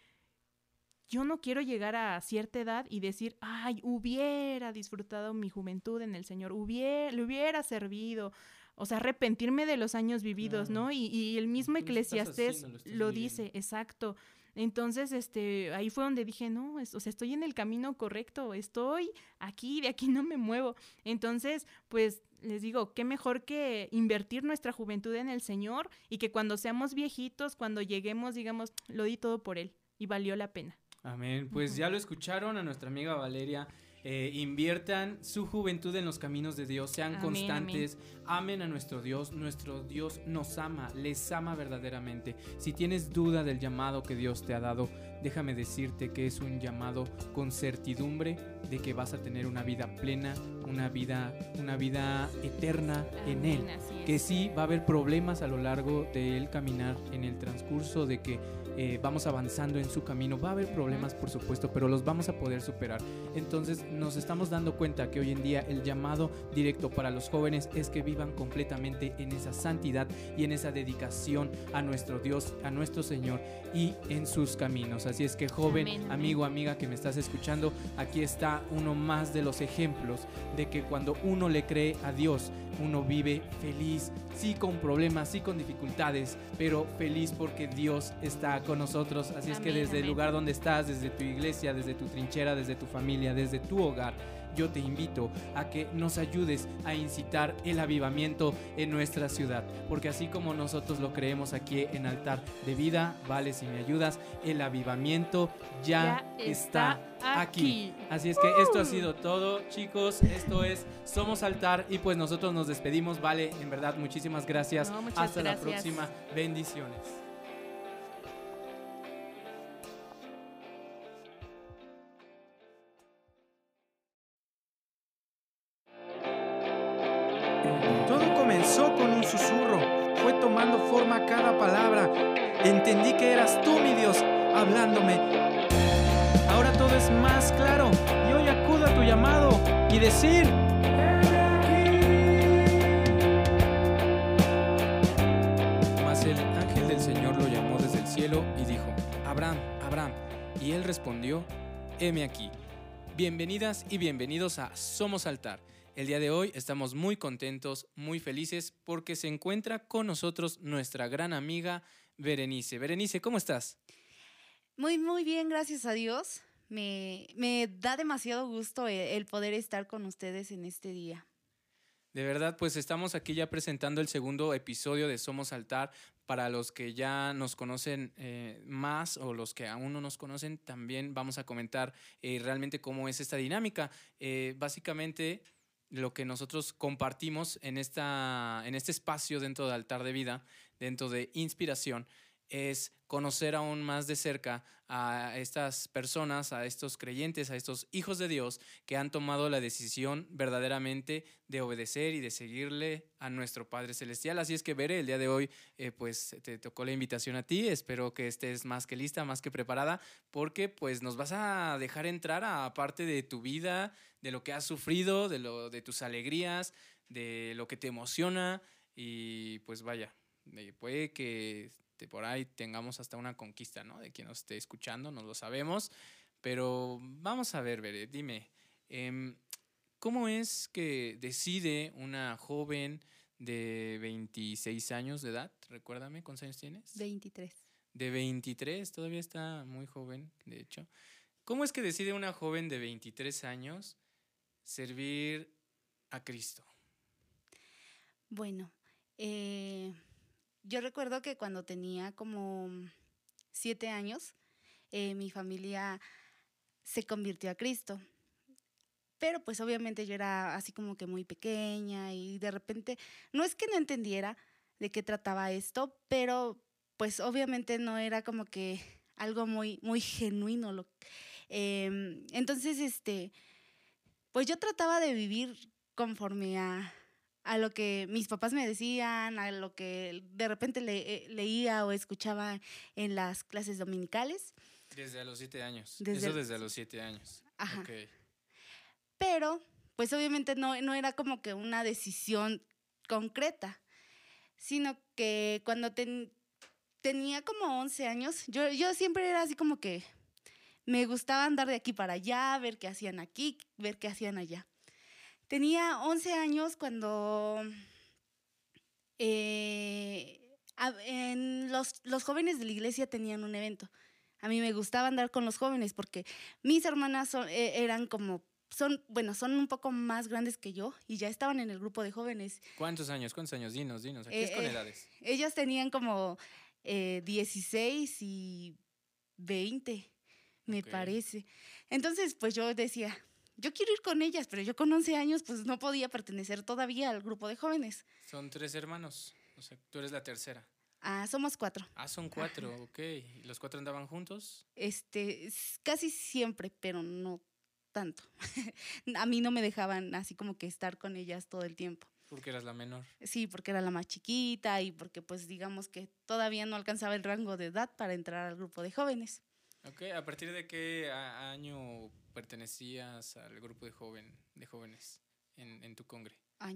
yo no quiero llegar a cierta edad y decir, ay, hubiera disfrutado mi juventud en el Señor, le hubiera servido, o sea, arrepentirme de los años vividos, claro, ¿no? Y el mismo Eclesiastés lo dice, exacto. Entonces, ahí fue donde dije, no, o sea, estoy en el camino correcto, estoy aquí, de aquí no me muevo. Entonces, pues, les digo, qué mejor que invertir nuestra juventud en el Señor y que cuando seamos viejitos, cuando lleguemos, digamos, lo di todo por Él y valió la pena. Amén. Pues ya lo escucharon a nuestra amiga Valeria. Inviertan su juventud en los caminos de Dios, sean constantes, amen a nuestro Dios nos ama, les ama verdaderamente. Si tienes duda del llamado que Dios te ha dado, déjame decirte que es un llamado con certidumbre de que vas a tener una vida plena, una vida eterna en Él, que sí va a haber problemas a lo largo del caminar, en el transcurso de que vamos avanzando en su camino, va a haber problemas por supuesto, pero los vamos a poder superar. Entonces nos estamos dando cuenta que hoy en día el llamado directo para los jóvenes es que vivan completamente en esa santidad y en esa dedicación a nuestro Dios, a nuestro Señor y en sus caminos. Así es que joven, amén, amigo, amiga que me estás escuchando, aquí está uno más de los ejemplos de que cuando uno le cree a Dios, uno vive feliz, sí con problemas, sí con dificultades, pero feliz porque Dios está con nosotros. Así es que desde el lugar donde estás, desde tu iglesia, desde tu trinchera, desde tu familia, desde tu hogar, yo te invito a que nos ayudes a incitar el avivamiento en nuestra ciudad, porque así como nosotros lo creemos aquí en Altar de Vida, Vale, si me ayudas, el avivamiento ya está aquí. Así es que esto ha sido todo, chicos. Esto es Somos Altar y pues nosotros nos despedimos. Vale, en verdad, muchísimas gracias. Hasta la próxima. Bendiciones. recordaba cada palabra. Entendí que eras tú, mi Dios, hablándome. Ahora todo es más claro y hoy acudo a tu llamado y decir: ¡Heme aquí! Mas el ángel del Señor lo llamó desde el cielo y dijo: Abraham, Abraham. Y él respondió: heme aquí. Bienvenidas y bienvenidos a Somos Altar. El día de hoy estamos muy contentos, muy felices porque se encuentra con nosotros nuestra gran amiga Berenice. Berenice, ¿cómo estás? Muy bien, gracias a Dios. Me da demasiado gusto el poder estar con ustedes en este día. De verdad, pues estamos aquí ya presentando el segundo episodio de Somos Altar. Para los que ya nos conocen más o los que aún no nos conocen, también vamos a comentar realmente cómo es esta dinámica. Básicamente, lo que nosotros compartimos en este espacio dentro de Altar de Vida, dentro de Inspiración, es conocer aún más de cerca a estas personas, a estos creyentes, a estos hijos de Dios que han tomado la decisión verdaderamente de obedecer y de seguirle a nuestro Padre Celestial. Así es que, Bere, el día de hoy pues te tocó la invitación a ti. Espero que estés más que lista, más que preparada, porque pues nos vas a dejar entrar a parte de tu vida, de lo que has sufrido, de tus alegrías, de lo que te emociona y pues vaya, puede que por ahí tengamos hasta una conquista, ¿no? De quien nos esté escuchando, no lo sabemos, pero vamos a ver, Bere, dime, ¿cómo es que decide una joven de 26 años de edad? Recuérdame, ¿cuántos años tienes? 23. De 23, todavía está muy joven, de hecho. ¿Cómo es que decide una joven de 23 años servir a Cristo? Bueno, yo recuerdo que cuando tenía como 7 años, mi familia se convirtió a Cristo. Pero pues obviamente yo era así como que muy pequeña y de repente, no es que no entendiera de qué trataba esto, pero pues obviamente no era como que algo muy genuino. Entonces, pues yo trataba de vivir conforme a lo que mis papás me decían, a lo que de repente leía o escuchaba en las clases dominicales. Desde a los 7 años. Desde a los 7 años. Ajá. Okay. Pero, pues obviamente no era como que una decisión concreta, sino que cuando tenía como 11 años, yo siempre era así como que me gustaba andar de aquí para allá, ver qué hacían aquí, ver qué hacían allá. Tenía 11 años cuando los jóvenes de la iglesia tenían un evento. A mí me gustaba andar con los jóvenes porque mis hermanas son un poco más grandes que yo y ya estaban en el grupo de jóvenes. ¿Cuántos años? Dinos. Aquí es con edades. Ellas tenían como 16 y 20, me parece. Entonces, pues yo decía, yo quiero ir con ellas, pero yo con 11 años pues no podía pertenecer todavía al grupo de jóvenes. Son 3 hermanos, o sea, tú eres la tercera. Somos 4. Son 4, ajá. Ok. ¿Y los 4 andaban juntos? Casi siempre, pero no tanto. A mí no me dejaban así como que estar con ellas todo el tiempo. Porque eras la menor. Sí, porque era la más chiquita y porque pues digamos que todavía no alcanzaba el rango de edad para entrar al grupo de jóvenes. Ok, ¿a partir de qué año pertenecías al grupo de jóvenes en tu congre?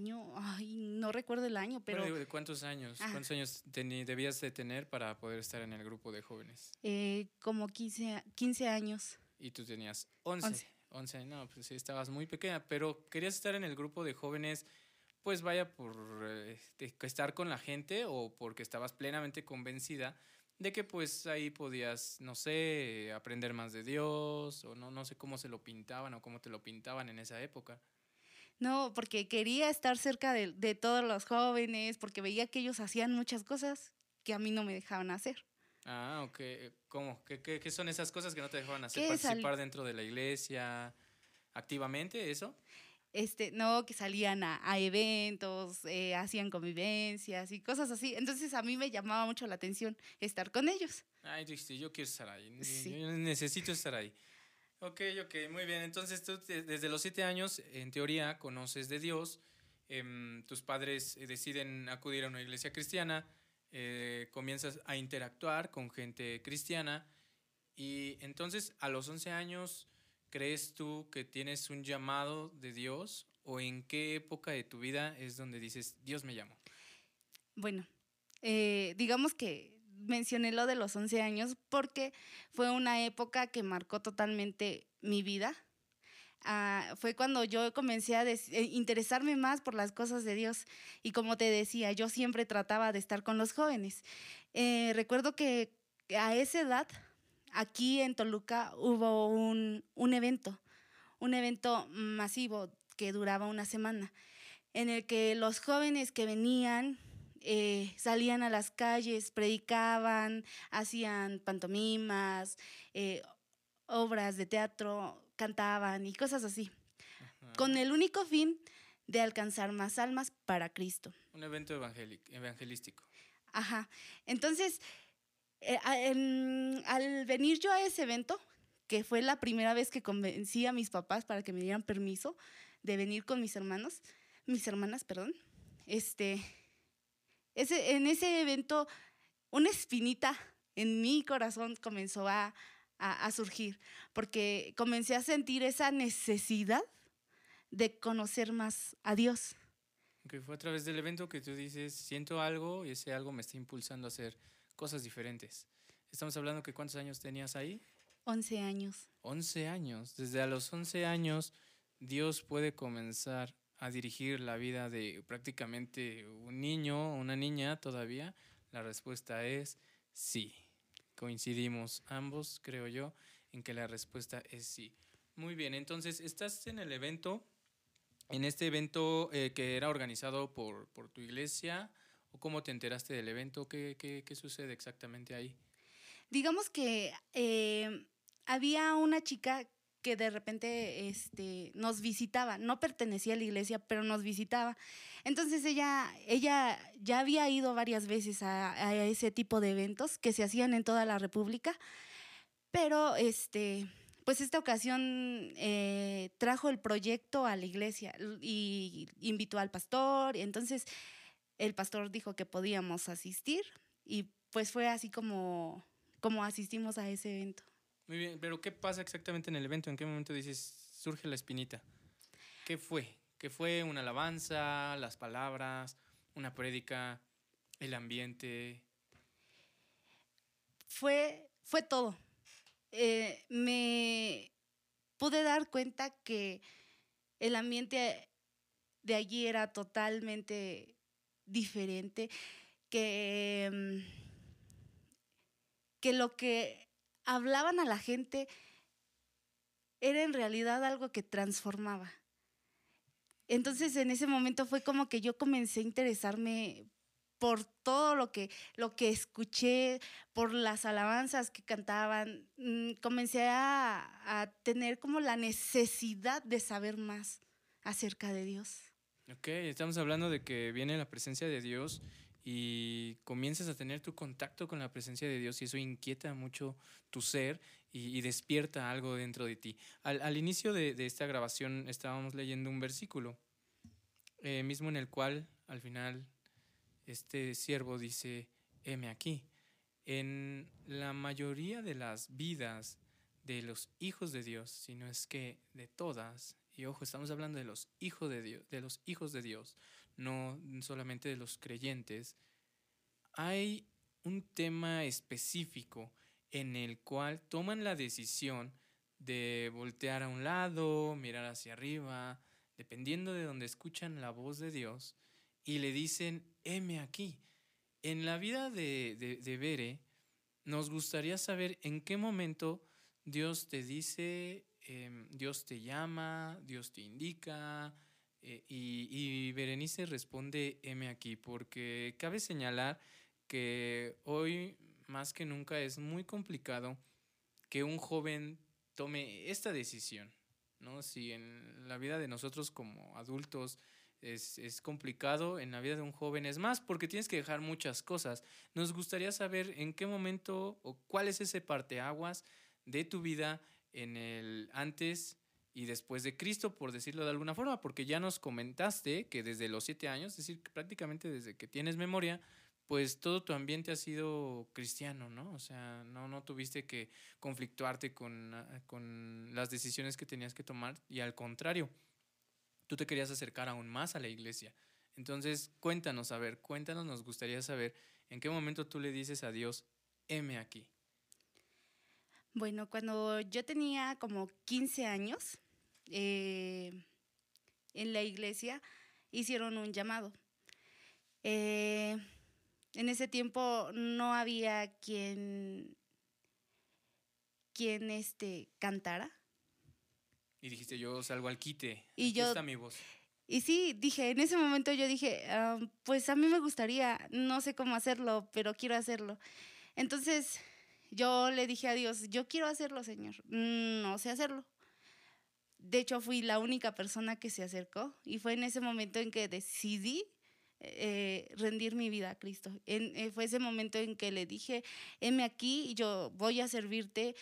No recuerdo el año, pero... Bueno, ¿de cuántos años? ¿Cuántos años debías de tener para poder estar en el grupo de jóvenes? Como 15 años. ¿Y tú tenías 11, no, pues sí, estabas muy pequeña, pero querías estar en el grupo de jóvenes, pues vaya por estar con la gente o porque estabas plenamente convencida de que pues ahí podías, no sé, aprender más de Dios o no sé cómo se lo pintaban o cómo te lo pintaban en esa época. No, porque quería estar cerca de todos los jóvenes, porque veía que ellos hacían muchas cosas que a mí no me dejaban hacer. Ok. ¿Cómo? ¿Qué son esas cosas que no te dejaban hacer? ¿Participar dentro de la iglesia activamente, eso? No, que salían a eventos, hacían convivencias y cosas así. Entonces a mí me llamaba mucho la atención estar con ellos. Ay, yo quiero estar ahí. Sí. Yo necesito estar ahí. Ok, muy bien. Entonces tú desde los 7 años, en teoría, conoces de Dios. Tus padres deciden acudir a una iglesia cristiana. comienzas a interactuar con gente cristiana y entonces a los 11 años, ¿crees tú que tienes un llamado de Dios o en qué época de tu vida es donde dices, Dios me llamó? Bueno, digamos que mencioné lo de los 11 años porque fue una época que marcó totalmente mi vida. Fue cuando yo comencé a interesarme más por las cosas de Dios. Y como te decía, yo siempre trataba de estar con los jóvenes. Recuerdo que a esa edad, aquí en Toluca, hubo un evento masivo que duraba una semana, en el que los jóvenes que venían salían a las calles, predicaban, hacían pantomimas, obras de teatro, cantaban y cosas así, con el único fin de alcanzar más almas para Cristo. Un evento evangelístico. Ajá. Entonces, al venir yo a ese evento, que fue la primera vez que convencí a mis papás para que me dieran permiso de venir con mis hermanas, perdón, en ese evento una espinita en mi corazón comenzó a surgir, porque comencé a sentir esa necesidad de conocer más a Dios. Que fue a través del evento que tú dices, siento algo y ese algo me está impulsando a hacer cosas diferentes. Estamos hablando que ¿cuántos años tenías ahí? 11 años. 11 años. Desde a los 11 años Dios puede comenzar a dirigir la vida de prácticamente un niño o una niña todavía. La respuesta es sí. Coincidimos ambos, creo yo, en que la respuesta es sí. Muy bien, entonces estás en el evento, en este evento que era organizado por tu iglesia, ¿o cómo te enteraste del evento? ¿Qué sucede exactamente ahí? Digamos que había una chica que de repente nos visitaba, no pertenecía a la iglesia, pero nos visitaba. Entonces ella ya había ido varias veces a ese tipo de eventos que se hacían en toda la República, pero pues esta ocasión trajo el proyecto a la iglesia y invitó al pastor, y entonces el pastor dijo que podíamos asistir y pues fue así como asistimos a ese evento. Muy bien, pero ¿qué pasa exactamente en el evento? ¿En qué momento dices, surge la espinita? ¿Qué fue? ¿Qué fue? ¿Una alabanza? ¿Las palabras? ¿Una prédica? ¿El ambiente? Fue todo. Me pude dar cuenta que el ambiente de allí era totalmente diferente, que lo que hablaban a la gente era en realidad algo que transformaba. Entonces en ese momento fue como que yo comencé a interesarme por todo lo que escuché, por las alabanzas que cantaban. Comencé a tener como la necesidad de saber más acerca de Dios. Ok, estamos hablando de que viene la presencia de Dios y comienzas a tener tu contacto con la presencia de Dios y eso inquieta mucho tu ser y despierta algo dentro de ti. Al inicio de esta grabación estábamos leyendo un versículo, mismo en el cual al final este siervo dice, heme aquí. En la mayoría de las vidas de los hijos de Dios, si no es que de todas, y ojo, estamos hablando de los hijos de Dios, no solamente de los creyentes, hay un tema específico en el cual toman la decisión de voltear a un lado, mirar hacia arriba, dependiendo de donde escuchan la voz de Dios, y le dicen, heme aquí. En la vida de Bere, nos gustaría saber en qué momento Dios te dice, Dios te llama, Dios te indica, y Berenice responde, heme aquí, porque cabe señalar que hoy más que nunca es muy complicado que un joven tome esta decisión, ¿no? Si en la vida de nosotros como adultos es complicado, en la vida de un joven es más, porque tienes que dejar muchas cosas. Nos gustaría saber en qué momento o cuál es ese parteaguas de tu vida en el antes y después de Cristo, por decirlo de alguna forma, porque ya nos comentaste que desde los 7 años, es decir, que prácticamente desde que tienes memoria, pues todo tu ambiente ha sido cristiano, ¿no? O sea, no tuviste que conflictuarte con las decisiones que tenías que tomar y al contrario, tú te querías acercar aún más a la iglesia. Entonces, cuéntanos, a ver, cuéntanos, nos gustaría saber en qué momento tú le dices a Dios, heme aquí. Bueno, cuando yo tenía como 15 años, en la iglesia hicieron un llamado. Eh, en ese tiempo no había quien cantara. Y dijiste, yo salgo al quite, Y aquí yo, está mi voz. y sí, dije, en ese momento yo dije, pues a mí me gustaría, no sé cómo hacerlo, pero quiero hacerlo. Entonces yo le dije a Dios, yo quiero hacerlo, Señor, no sé hacerlo. De hecho, fui la única persona que se acercó y fue en ese momento en que decidí rendir mi vida a Cristo. Fue ese momento en que le dije, heme aquí, yo voy a servirte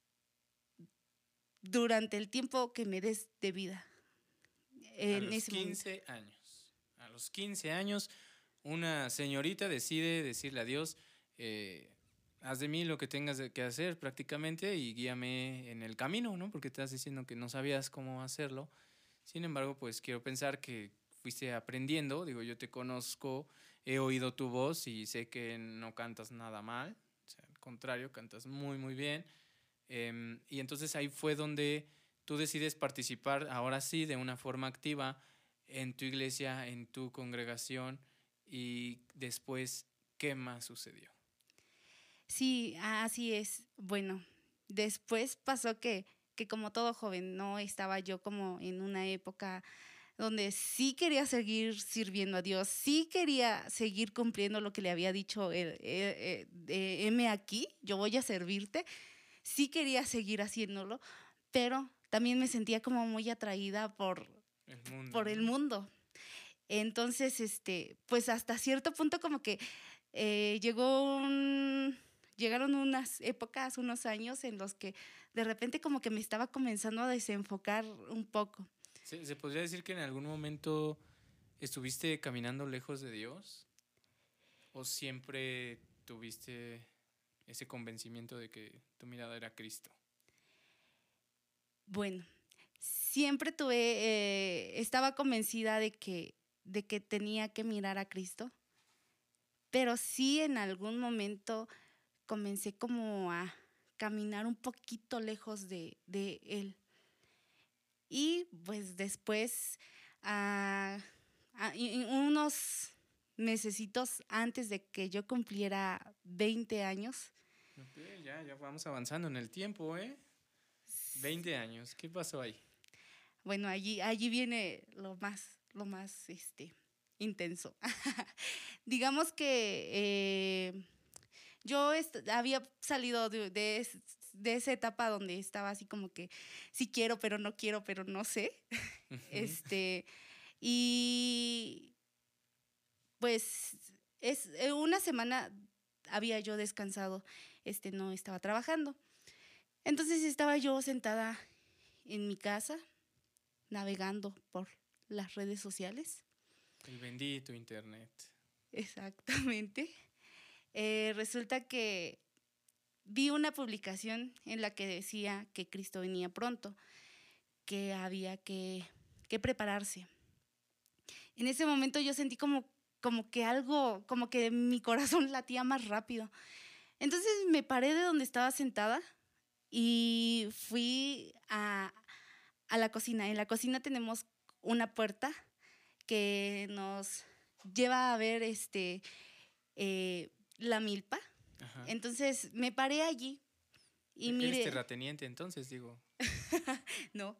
durante el tiempo que me des de vida. A En los ese momento. 15 años. A los 15 años, una señorita decide decirle a Dios, haz de mí lo que tengas que hacer prácticamente y guíame en el camino, ¿no? Porque te estás diciendo que no sabías cómo hacerlo. Sin embargo, pues quiero pensar que fuiste aprendiendo. Digo, yo te conozco, he oído tu voz y sé que no cantas nada mal. O sea, al contrario, cantas muy, muy bien. Y entonces ahí fue donde tú decides participar, ahora sí, de una forma activa en tu iglesia, en tu congregación. Y después, ¿qué más sucedió? Sí, así es. Bueno, después pasó que como todo joven, no estaba yo como en una época donde sí quería seguir sirviendo a Dios, sí quería seguir cumpliendo lo que le había dicho, heme aquí, yo voy a servirte, sí quería seguir haciéndolo, pero también me sentía como muy atraída El mundo, por el ¿no? mundo. Entonces, pues hasta cierto punto como que eh, llegó llegaron unas épocas, unos años en los que de repente como que me estaba comenzando a desenfocar un poco. ¿Se podría decir que en algún momento estuviste caminando lejos de Dios? ¿O siempre tuviste ese convencimiento de que tu mirada era Cristo? Bueno, siempre estaba convencida de que tenía que mirar a Cristo, pero sí en algún momento comencé como a caminar un poquito lejos de Él. Y pues después, unos mesecitos antes de que yo cumpliera 20 años, Ok, ya vamos avanzando en el tiempo, ¿eh? 20 años, ¿qué pasó ahí? bueno, allí viene lo más intenso. Digamos que yo había salido de esa etapa donde estaba así como que sí quiero, pero no quiero, pero no sé. Ujú. Y pues una semana había yo descansado, no estaba trabajando. Entonces estaba yo sentada en mi casa navegando por las redes sociales. El bendito internet. Exactamente. Resulta que vi una publicación en la que decía que Cristo venía pronto, que había que prepararse. En ese momento yo sentí como que algo, como que mi corazón latía más rápido. Entonces me paré de donde estaba sentada y fui a la cocina. En la cocina tenemos una puerta que nos lleva a ver la milpa. Ajá. Entonces me paré allí y Eres mire, terrateniente entonces, digo. no,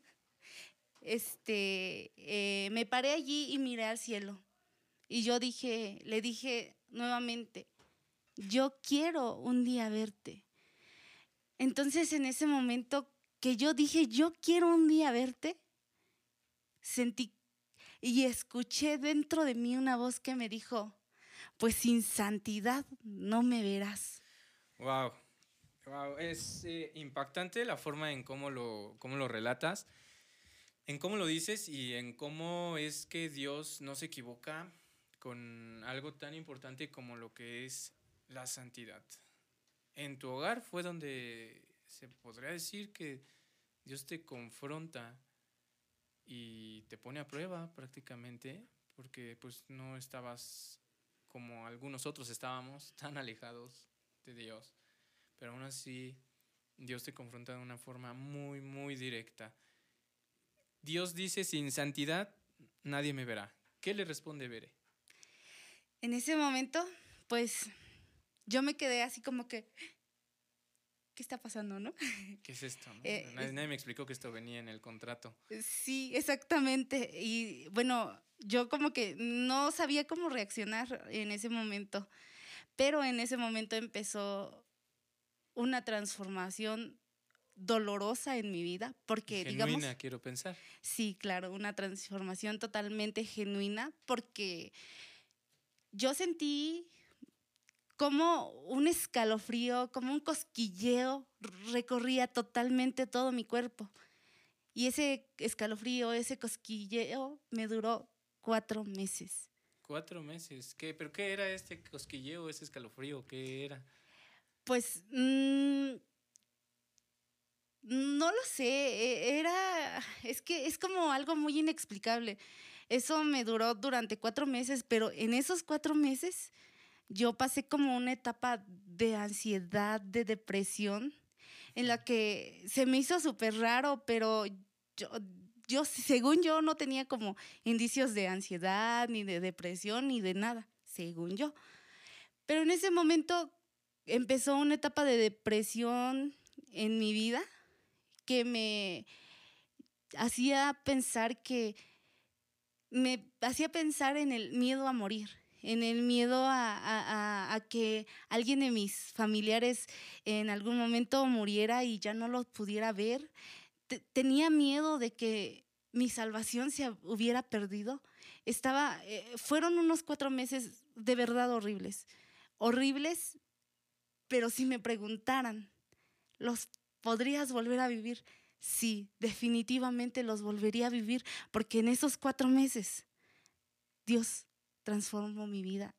me paré allí y miré al cielo. Y le dije nuevamente, yo quiero un día verte. Entonces en ese momento que yo dije, yo quiero un día verte, sentí y escuché dentro de mí una voz que me dijo, pues sin santidad no me verás. Wow. Wow, es impactante la forma en cómo lo relatas, en cómo lo dices y en cómo es que Dios no se equivoca con algo tan importante como lo que es la santidad. En tu hogar fue donde se podría decir que Dios te confronta y te pone a prueba prácticamente, porque pues no estabas como algunos otros estábamos, tan alejados de Dios, pero aún así Dios te confronta de una forma muy, muy directa. Dios dice, sin santidad nadie me verá. ¿Qué le responde Bere? En ese momento, pues yo me quedé así como que, ¿qué está pasando, no? ¿Qué es esto? ¿No? Eh, Nadie me explicó que esto venía en el contrato. Sí, exactamente. Y bueno, yo como que no sabía cómo reaccionar en ese momento, pero en ese momento empezó una transformación dolorosa en mi vida, porque digamos, Genuina, quiero pensar. sí, claro, una transformación totalmente genuina, porque yo sentí como un escalofrío, como un cosquilleo recorría totalmente todo mi cuerpo. Y ese escalofrío, ese cosquilleo me duró 4 meses. 4 meses. ¿Pero qué era este cosquilleo, ese escalofrío? ¿Qué era? Pues no lo sé, es que es como algo muy inexplicable. Eso me duró durante 4 meses, pero en esos 4 meses yo pasé como una etapa de ansiedad, de depresión, en la que se me hizo súper raro, pero yo, según yo, no tenía como indicios de ansiedad, ni de depresión, ni de nada, según yo. Pero en ese momento empezó una etapa de depresión en mi vida que hacía pensar que me hacía pensar en el miedo a morir, en el miedo a que alguien de mis familiares en algún momento muriera y ya no lo pudiera ver. Tenía miedo de que mi salvación se hubiera perdido. Fueron unos 4 meses de verdad horribles, horribles, pero si me preguntaran, ¿los podrías volver a vivir? Sí, definitivamente los volvería a vivir, porque en esos 4 meses Dios transformó mi vida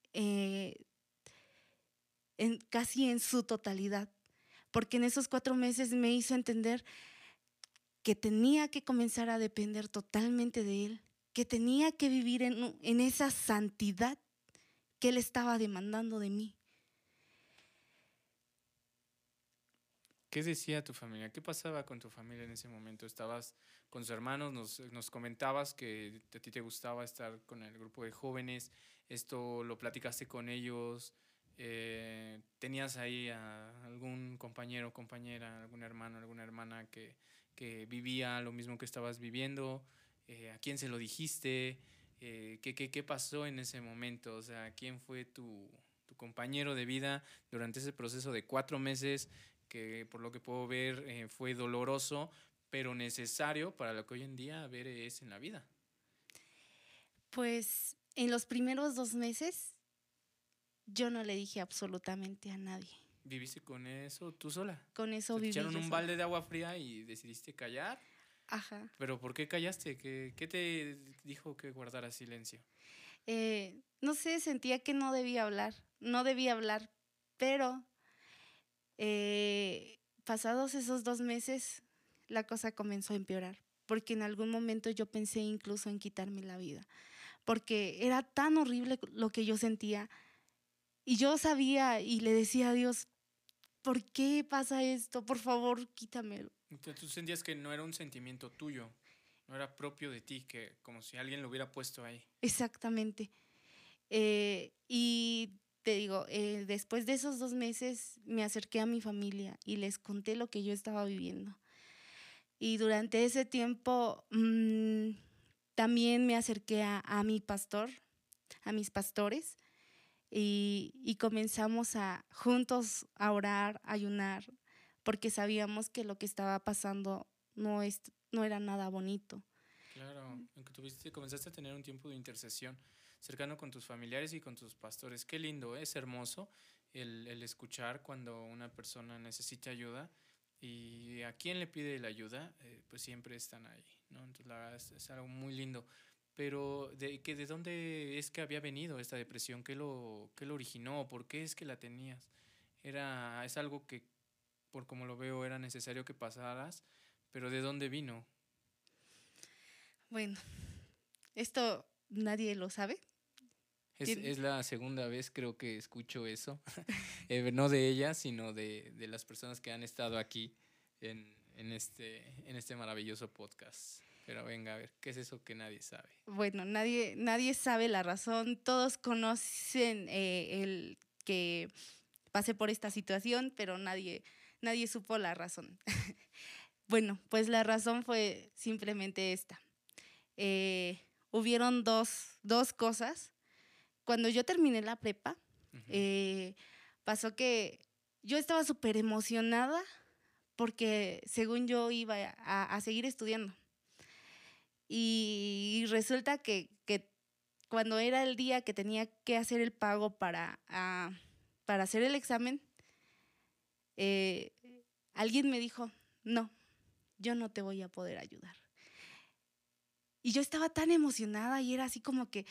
casi en su totalidad, porque en esos 4 meses me hizo entender que tenía que comenzar a depender totalmente de Él, que tenía que vivir en esa santidad que Él estaba demandando de mí. ¿Qué decía tu familia? ¿Qué pasaba con tu familia en ese momento? ¿Estabas con sus hermanos? Nos comentabas que a ti te gustaba estar con el grupo de jóvenes. ¿Esto lo platicaste con ellos? ¿Tenías ahí a algún compañero, compañera, algún hermano, alguna hermana que vivía lo mismo que estabas viviendo? ¿A quién se lo dijiste? ¿Qué pasó en ese momento? O sea, ¿quién fue tu compañero de vida durante ese proceso de 4 meses? Que por lo que puedo ver fue doloroso, pero necesario para lo que hoy en día ver es en la vida. Pues en los primeros 2 meses yo no le dije absolutamente a nadie. ¿Viviste con eso tú sola? Con eso viví. ¿Te echaron un sola. balde de agua fría y decidiste callar? Ajá. ¿Pero por qué callaste? ¿Qué te dijo que guardaras silencio? No sé, sentía que no debía hablar, pero pasados esos 2 meses la cosa comenzó a empeorar, porque en algún momento yo pensé incluso en quitarme la vida, porque era tan horrible lo que yo sentía y yo sabía y le decía a Dios, ¿por qué pasa esto? Por favor, quítamelo. Entonces, tú sentías que no era un sentimiento tuyo, no era propio de ti, que como si alguien lo hubiera puesto ahí. Exactamente. Y te digo, después de esos 2 meses me acerqué a mi familia y les conté lo que yo estaba viviendo. Y durante ese tiempo también me acerqué a mi pastor, a mis pastores, y comenzamos juntos a orar, a ayunar, porque sabíamos que lo que estaba pasando no era nada bonito. Claro, aunque comenzaste a tener un tiempo de intercesión cercano con tus familiares y con tus pastores. Qué lindo, es hermoso el escuchar cuando una persona necesita ayuda y a quien le pide la ayuda, pues siempre están ahí, ¿no? Entonces la verdad es algo muy lindo. pero ¿de dónde es que había venido esta depresión? ¿Qué lo originó? ¿Por qué es que la tenías? Es algo que, por como lo veo, era necesario que pasaras, pero ¿de dónde vino? Bueno, esto nadie lo sabe. Es la segunda vez creo que escucho eso, no de ella, sino de las personas que han estado aquí en este maravilloso podcast. Pero venga, a ver, ¿qué es eso que nadie sabe? Bueno, nadie sabe la razón. Todos conocen el que pasé por esta situación, pero nadie supo la razón. Bueno, pues la razón fue simplemente esta. Hubieron dos cosas. Cuando yo terminé la prepa, Ujú. pasó que yo estaba súper emocionada porque según yo iba a seguir estudiando. Y resulta que cuando era el día que tenía que hacer el pago para hacer el examen, eh, alguien me dijo, no, yo no te voy a poder ayudar. Y yo estaba tan emocionada y era así como que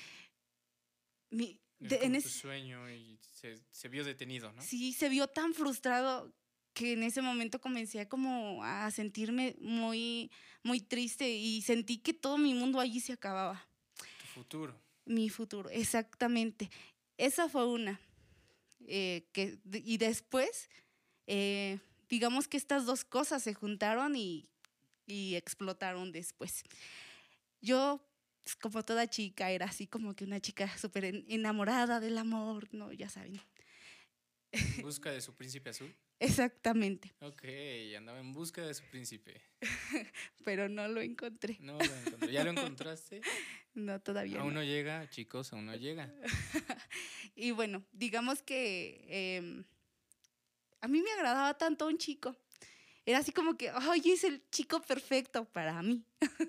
Es como tu sueño y se vio detenido, ¿no? sí, se vio tan frustrado que en ese momento comencé como a sentirme muy, muy triste y sentí que todo mi mundo allí se acababa. Tu futuro. Mi futuro, exactamente. Esa fue una. Y después, eh, digamos que estas dos cosas se juntaron y explotaron después. Yo, pues, como toda chica, era así como que una chica súper enamorada del amor, ¿no? Ya saben. ¿En busca de su príncipe azul? Exactamente, Ok, andaba en busca de su príncipe. pero no lo encontré. No lo encontré. ¿Ya lo encontraste? No, todavía Aún no. no llega, chicos, aún no llega. Y bueno, digamos que a mí me agradaba tanto un chico. Era así como que, ay, es el chico perfecto para mí.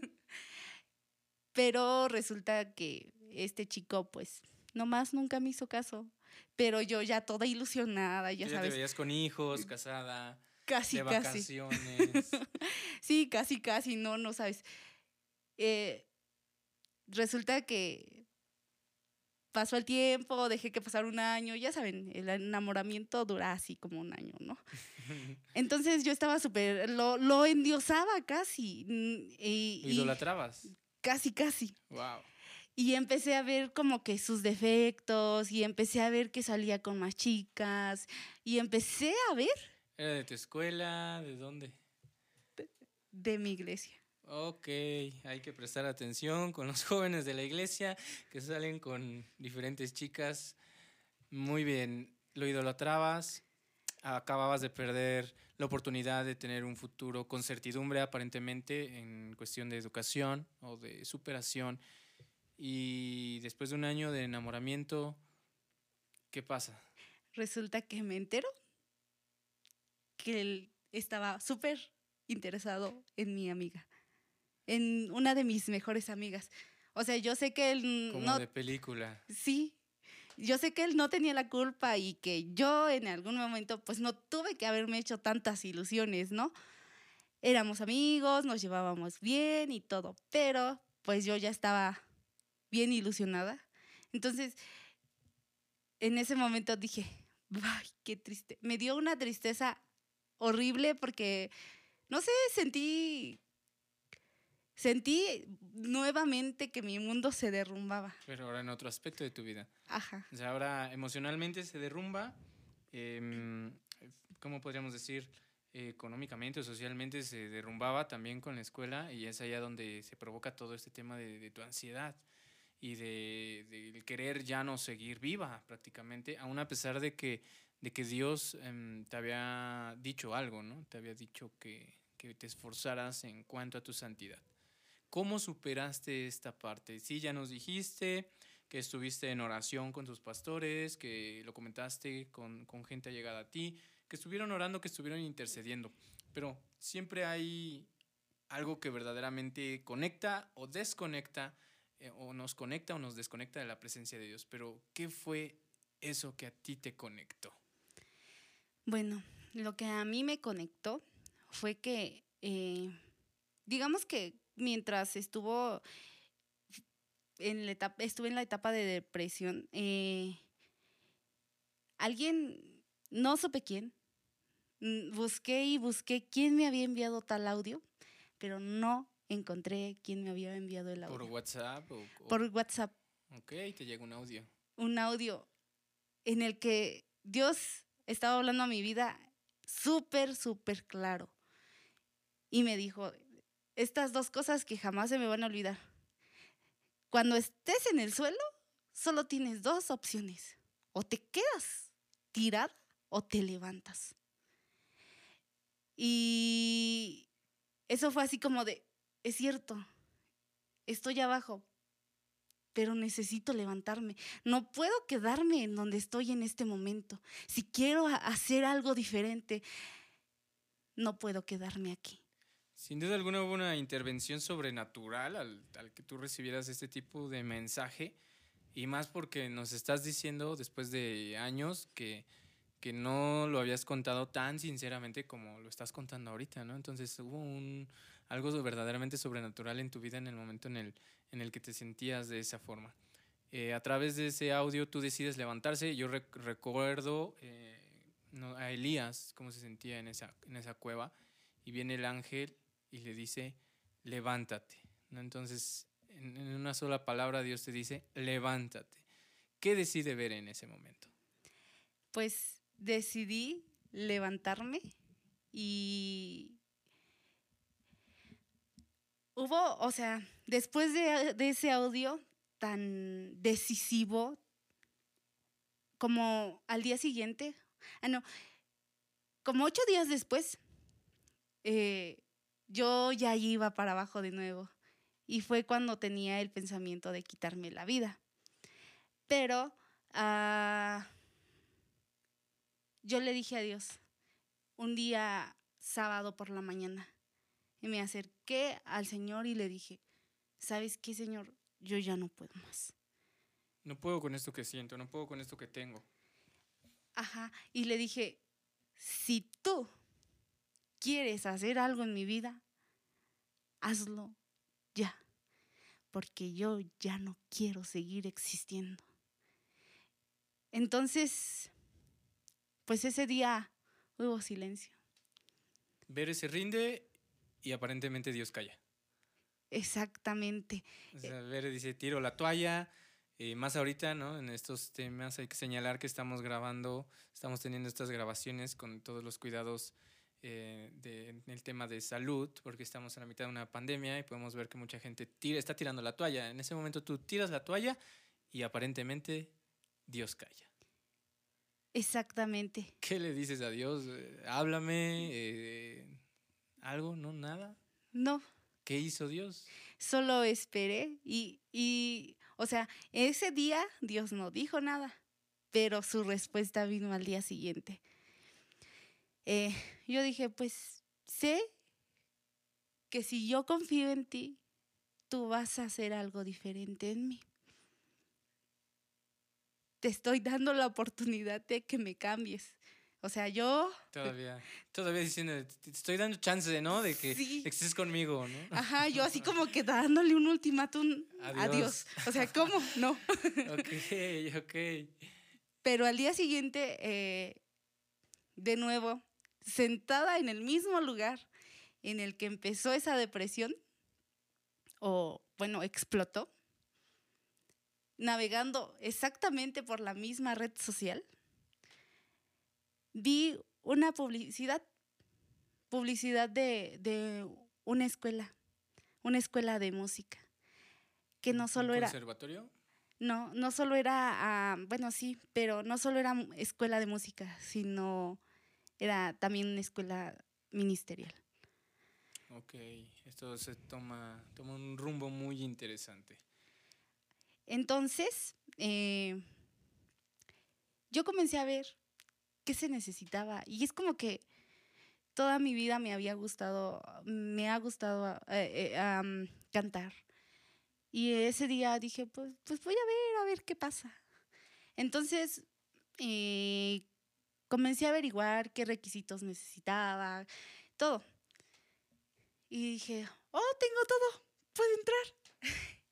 Pero resulta que este chico, pues, nomás nunca me hizo caso. Pero yo ya toda ilusionada, ya Tú ya te sabes, veías con hijos, casada, casi, de casi. vacaciones. Sí, casi, casi, no sabes. Eh, Resulta que pasó el tiempo, dejé que pasara un año, ya saben, el enamoramiento dura así como un año, ¿no? Entonces yo estaba súper, lo endiosaba casi, ¿Lo y idolatrabas? casi, casi. Wow. Y empecé a ver como que sus defectos y empecé a ver que salía con más chicas y empecé a ver ¿Era de tu escuela? ¿De dónde? de mi iglesia. Ok, hay que prestar atención con los jóvenes de la iglesia que salen con diferentes chicas. Muy bien, lo idolatrabas, acababas de perder la oportunidad de tener un futuro con certidumbre aparentemente en cuestión de educación o de superación. Y después de un año de enamoramiento, ¿qué pasa? Resulta que me entero que él estaba súper interesado en mi amiga, en una de mis mejores amigas. O sea, yo sé que él Como no, de película. sí, yo sé que él no tenía la culpa y que yo en algún momento pues no tuve que haberme hecho tantas ilusiones, ¿no? Éramos amigos, nos llevábamos bien y todo, pero pues yo ya estaba bien ilusionada. Entonces, en ese momento dije, ay, qué triste. Me dio una tristeza horrible porque, no sé, sentí nuevamente que mi mundo se derrumbaba. Pero ahora en otro aspecto de tu vida. Ajá. O sea, ahora emocionalmente se derrumba, em, ¿cómo podríamos decir? Económicamente o socialmente se derrumbaba también con la escuela y es allá donde se provoca todo este tema de tu ansiedad y de querer ya no seguir viva prácticamente, aún a pesar de que Dios te había dicho algo, ¿no? Te había dicho que te esforzaras en cuanto a tu santidad. ¿Cómo superaste esta parte? Sí, ya nos dijiste que estuviste en oración con tus pastores, que lo comentaste con gente allegada a ti, que estuvieron orando, que estuvieron intercediendo, pero siempre hay algo que verdaderamente conecta o desconecta, o nos conecta o nos desconecta de la presencia de Dios. Pero, ¿qué fue eso que a ti te conectó? Bueno, lo que a mí me conectó fue que, digamos que mientras estuvo estuve en la etapa de depresión. Alguien, no supe quién, busqué y busqué quién me había enviado tal audio, pero no encontré quién me había enviado el audio. ¿Por WhatsApp? Por WhatsApp. Ok, te llega un audio. Un audio en el que Dios estaba hablando a mi vida súper, súper claro. Y me dijo, estas 2 cosas que jamás se me van a olvidar. Cuando estés en el suelo, solo tienes 2 opciones. O te quedas tirada o te levantas. Y eso fue así como de, es cierto, estoy abajo, pero necesito levantarme. No puedo quedarme en donde estoy en este momento. Si quiero hacer algo diferente, no puedo quedarme aquí. Sin duda alguna hubo una intervención sobrenatural al que tú recibieras este tipo de mensaje, y más porque nos estás diciendo después de años que no lo habías contado tan sinceramente como lo estás contando ahorita, ¿no? Entonces hubo algo verdaderamente sobrenatural en tu vida en el momento en el que te sentías de esa forma. A través de ese audio tú decides levantarse. Yo recuerdo a Elías, cómo se sentía en esa cueva, y viene el ángel y le dice, levántate, ¿no? Entonces, en una sola palabra Dios te dice, levántate. ¿Qué decide ver en ese momento? Pues decidí levantarme y hubo, o sea, después de ese audio tan decisivo, como al día siguiente, como 8 días después, yo ya iba para abajo de nuevo. Y fue cuando tenía el pensamiento de quitarme la vida. Pero yo le dije a Dios un día sábado por la mañana, y me acerqué al Señor y le dije, ¿sabes qué, Señor? Yo ya no puedo más. No puedo con esto que siento, no puedo con esto que tengo. Ajá, y le dije, si tú quieres hacer algo en mi vida, hazlo ya, porque yo ya no quiero seguir existiendo. Entonces, pues ese día hubo silencio. Ver se rinde y aparentemente Dios calla. Exactamente. O sea, Ver dice, tiro la toalla. Más ahorita, ¿no? En estos temas hay que señalar que estamos teniendo estas grabaciones con todos los cuidados del tema de salud, porque estamos en la mitad de una pandemia y podemos ver que mucha gente está tirando la toalla. En ese momento tú tiras la toalla y aparentemente Dios calla. Exactamente. ¿Qué le dices a Dios? Háblame, algo, ¿no? Nada. No. ¿Qué hizo Dios? Solo esperé y, o sea, ese día Dios no dijo nada, pero su respuesta vino al día siguiente. Yo dije, pues sé que si yo confío en ti, tú vas a hacer algo diferente en mí. Te estoy dando la oportunidad de que me cambies. O sea, yo... Todavía diciendo, te estoy dando chance, ¿no? De que estés conmigo, ¿no? Ajá, yo así como que dándole un ultimátum a Dios. O sea, ¿cómo? No. Ok. Pero al día siguiente, de nuevo, sentada en el mismo lugar en el que empezó esa depresión, explotó, navegando exactamente por la misma red social, vi una publicidad de una escuela de música, que no solo era... ¿Conservatorio? No solo era, sí, pero no solo era escuela de música, sino era también una escuela ministerial. Ok, esto se toma un rumbo muy interesante. Entonces, yo comencé a ver qué se necesitaba, y es como que toda mi vida me ha gustado cantar. Y ese día dije, pues voy a ver qué pasa. Entonces, comencé a averiguar qué requisitos necesitaba, todo. Y dije, tengo todo, puedo entrar.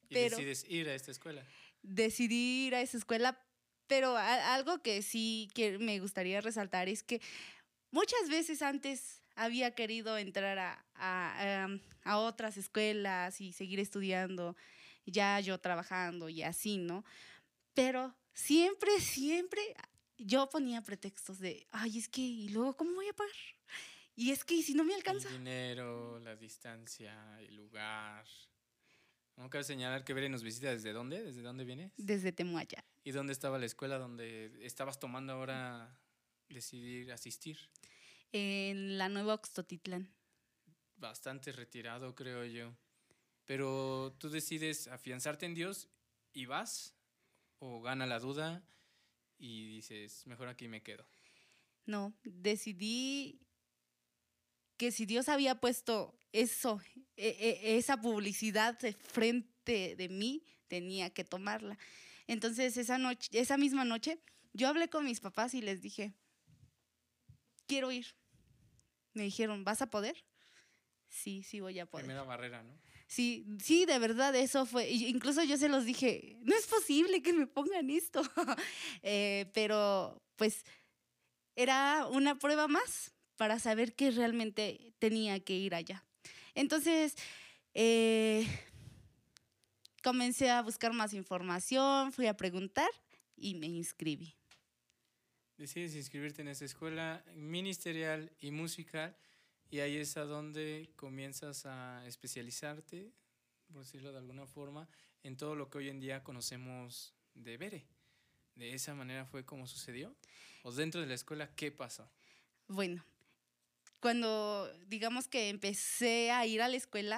Y pero decides ir a esta escuela. decidí ir a esa escuela, pero algo que sí que me gustaría resaltar es que muchas veces antes había querido entrar a otras escuelas y seguir estudiando, ya yo trabajando y así, ¿no? Pero siempre yo ponía pretextos de, ay, es que, ¿y luego cómo voy a pagar? Y es que, ¿y si no me El alcanza? dinero, la distancia, el lugar. No cabe señalar que Bere nos visita desde dónde, desde dónde vienes. Desde Temuaya, ¿Y dónde estaba la escuela donde estabas tomando ahora decidir asistir? en la Nueva Oxtotitlán. Bastante retirado, creo yo. Pero tú decides afianzarte en Dios y vas, o gana la duda y dices, mejor aquí me quedo. No, decidí que si Dios había puesto eso, esa publicidad de frente de mí, tenía que tomarla. Entonces esa misma noche, yo hablé con mis papás y les dije, quiero ir. Me dijeron, ¿vas a poder? Sí, sí voy a poder. Primera barrera, ¿no? Sí, sí, de verdad, eso fue. Incluso yo se los dije, no es posible que me pongan esto. Pero pues era una prueba más para saber que realmente tenía que ir allá. Entonces, eh, comencé a buscar más información, fui a preguntar y me inscribí. Decides inscribirte en esa escuela ministerial y musical y ahí es a donde comienzas a especializarte, por decirlo de alguna forma, en todo lo que hoy en día conocemos de Bere. ¿De esa manera fue como sucedió? ¿O dentro de la escuela qué pasó? Bueno, cuando digamos que empecé a ir a la escuela,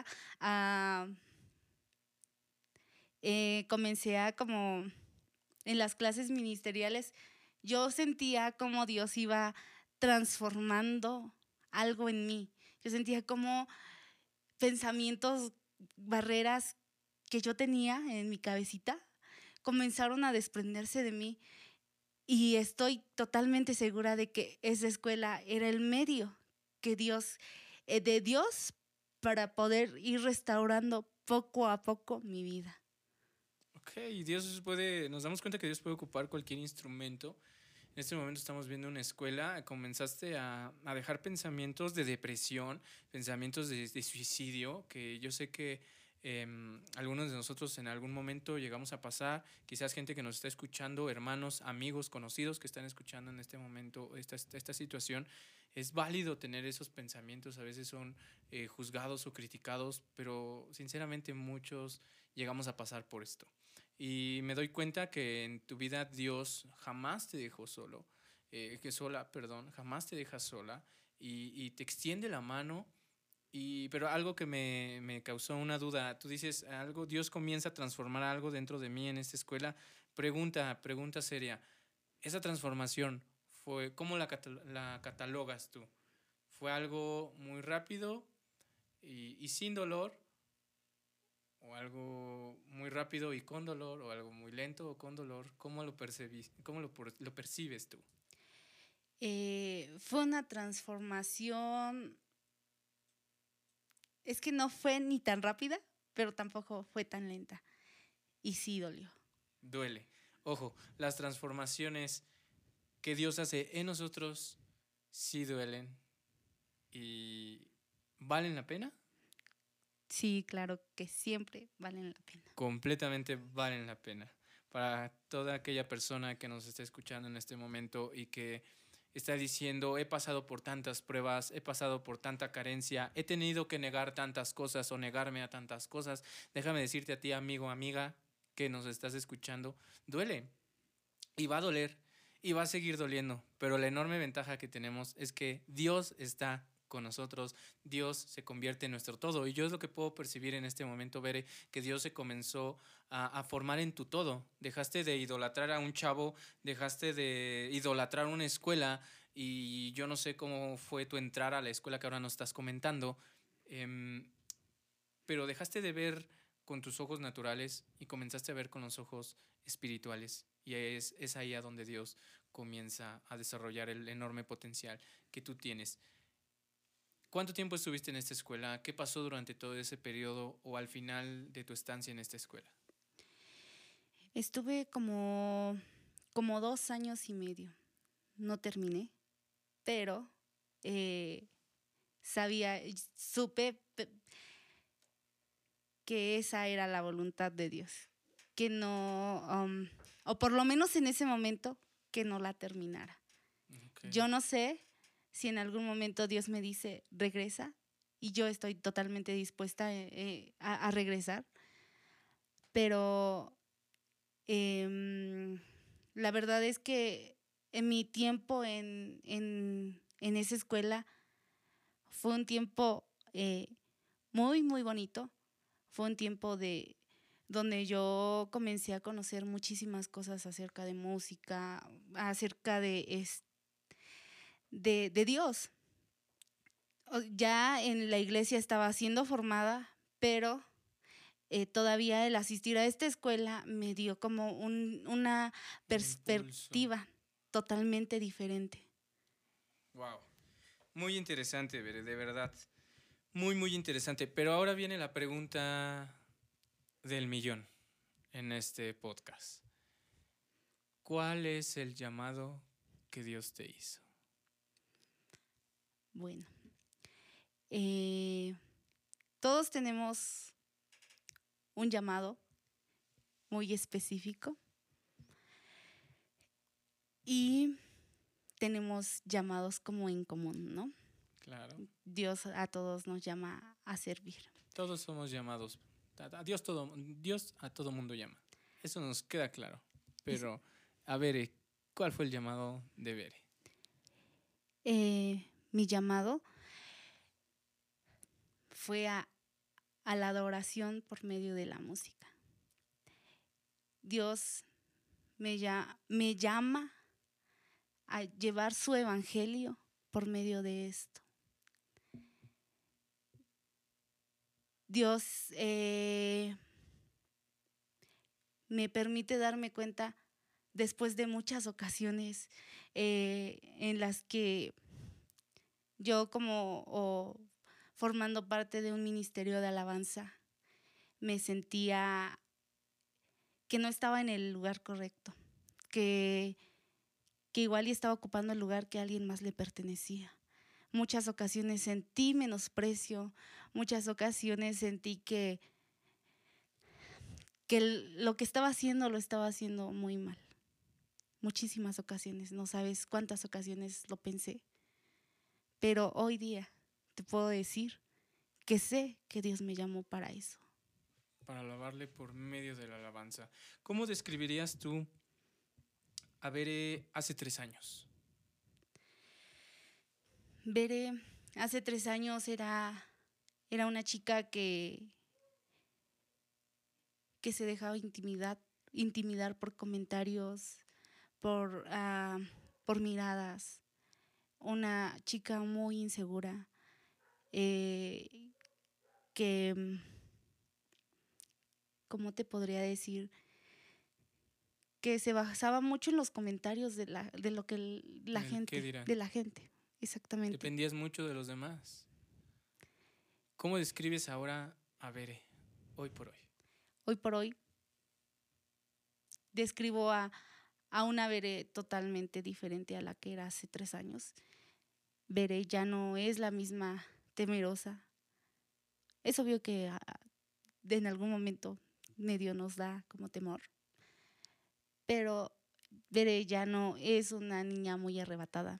comencé a como en las clases ministeriales, yo sentía como Dios iba transformando algo en mí. Yo sentía como pensamientos, barreras que yo tenía en mi cabecita comenzaron a desprenderse de mí y estoy totalmente segura de que esa escuela era el medio que de Dios para poder ir restaurando poco a poco mi vida. Ok, y Dios puede, nos damos cuenta que Dios puede ocupar cualquier instrumento. En este momento estamos viendo una escuela, comenzaste a dejar pensamientos de depresión, pensamientos de suicidio, que yo sé que algunos de nosotros en algún momento llegamos a pasar, quizás gente que nos está escuchando, hermanos, amigos, conocidos que están escuchando en este momento esta situación. Es válido tener esos pensamientos, a veces son juzgados o criticados, pero sinceramente muchos llegamos a pasar por esto. Y me doy cuenta que en tu vida Dios jamás te dejó solo, perdón, jamás te deja sola y te extiende la mano. Pero algo que me causó una duda, tú dices algo, Dios comienza a transformar algo dentro de mí en esta escuela. Pregunta seria, esa transformación fue, ¿cómo la catalogas tú? ¿Fue algo muy rápido y sin dolor? ¿O algo muy rápido y con dolor? ¿O algo muy lento o con dolor? ¿Cómo lo lo percibes tú? Fue una transformación, es que no fue ni tan rápida, pero tampoco fue tan lenta. Y sí dolió. Duele. Ojo, las transformaciones que Dios hace en nosotros sí duelen y ¿valen la pena? Sí, claro que siempre valen la pena. Completamente valen la pena. Para toda aquella persona que nos está escuchando en este momento y que está diciendo, he pasado por tantas pruebas, he pasado por tanta carencia, he tenido que negar tantas cosas o negarme a tantas cosas, déjame decirte a ti, amigo, amiga, que nos estás escuchando, duele y va a doler y va a seguir doliendo, pero la enorme ventaja que tenemos es que Dios está con nosotros, Dios se convierte en nuestro todo. Y yo es lo que puedo percibir en este momento, Bere, que Dios se comenzó a formar en tu todo. Dejaste de idolatrar a un chavo, dejaste de idolatrar una escuela, y yo no sé cómo fue tu entrar a la escuela que ahora nos estás comentando, pero dejaste de ver con tus ojos naturales y comenzaste a ver con los ojos espirituales. Y es ahí a donde Dios comienza a desarrollar el enorme potencial que tú tienes. ¿Cuánto tiempo estuviste en esta escuela? ¿Qué pasó durante todo ese periodo o al final de tu estancia en esta escuela? Estuve como 2 años y medio. No terminé, pero eh, supe que esa era la voluntad de Dios, que no, o por lo menos en ese momento, que no la terminara. Okay. Yo no sé si en algún momento Dios me dice, regresa, y yo estoy totalmente dispuesta a regresar, pero la verdad es que en mi tiempo en esa escuela fue un tiempo muy, muy bonito. Fue un tiempo donde yo comencé a conocer muchísimas cosas acerca de música, acerca de Dios. Ya en la iglesia estaba siendo formada, pero todavía el asistir a esta escuela me dio como una perspectiva totalmente diferente. Wow. Muy interesante, Bere, de verdad. Muy, muy interesante. Pero ahora viene la pregunta del millón en este podcast. ¿Cuál es el llamado que Dios te hizo? Bueno, todos tenemos un llamado muy específico y tenemos llamados como en común, ¿no? Claro. Dios a todos nos llama a servir. Todos somos llamados. Dios a todo mundo llama. Eso nos queda claro. Pero, a Bere, ¿cuál fue el llamado de Bere? Mi llamado fue a la adoración por medio de la música. Dios me llama a llevar su evangelio por medio de esto. Dios me permite darme cuenta después de muchas ocasiones en las que yo formando parte de un ministerio de alabanza me sentía que no estaba en el lugar correcto, que igual y estaba ocupando el lugar que a alguien más le pertenecía. Muchas ocasiones sentí menosprecio, muchas ocasiones sentí que lo que estaba haciendo lo estaba haciendo muy mal. Muchísimas ocasiones, no sabes cuántas ocasiones lo pensé. Pero hoy día te puedo decir que sé que Dios me llamó para eso. Para alabarle por medio de la alabanza. ¿Cómo describirías tú a Bere hace 3 años? Bere hace 3 años era una chica que se dejaba intimidar por comentarios, por miradas. Una chica muy insegura que, ¿cómo te podría decir? Que se basaba mucho en los comentarios de lo que la gente, de la gente, exactamente. Dependías mucho de los demás. ¿Cómo describes ahora a Bere, hoy por hoy? Hoy por hoy describo a una Bere totalmente diferente a la que era hace 3 años. Bere ya no es la misma temerosa. Es obvio que en algún momento medio nos da como temor, pero Bere ya no es una niña muy arrebatada.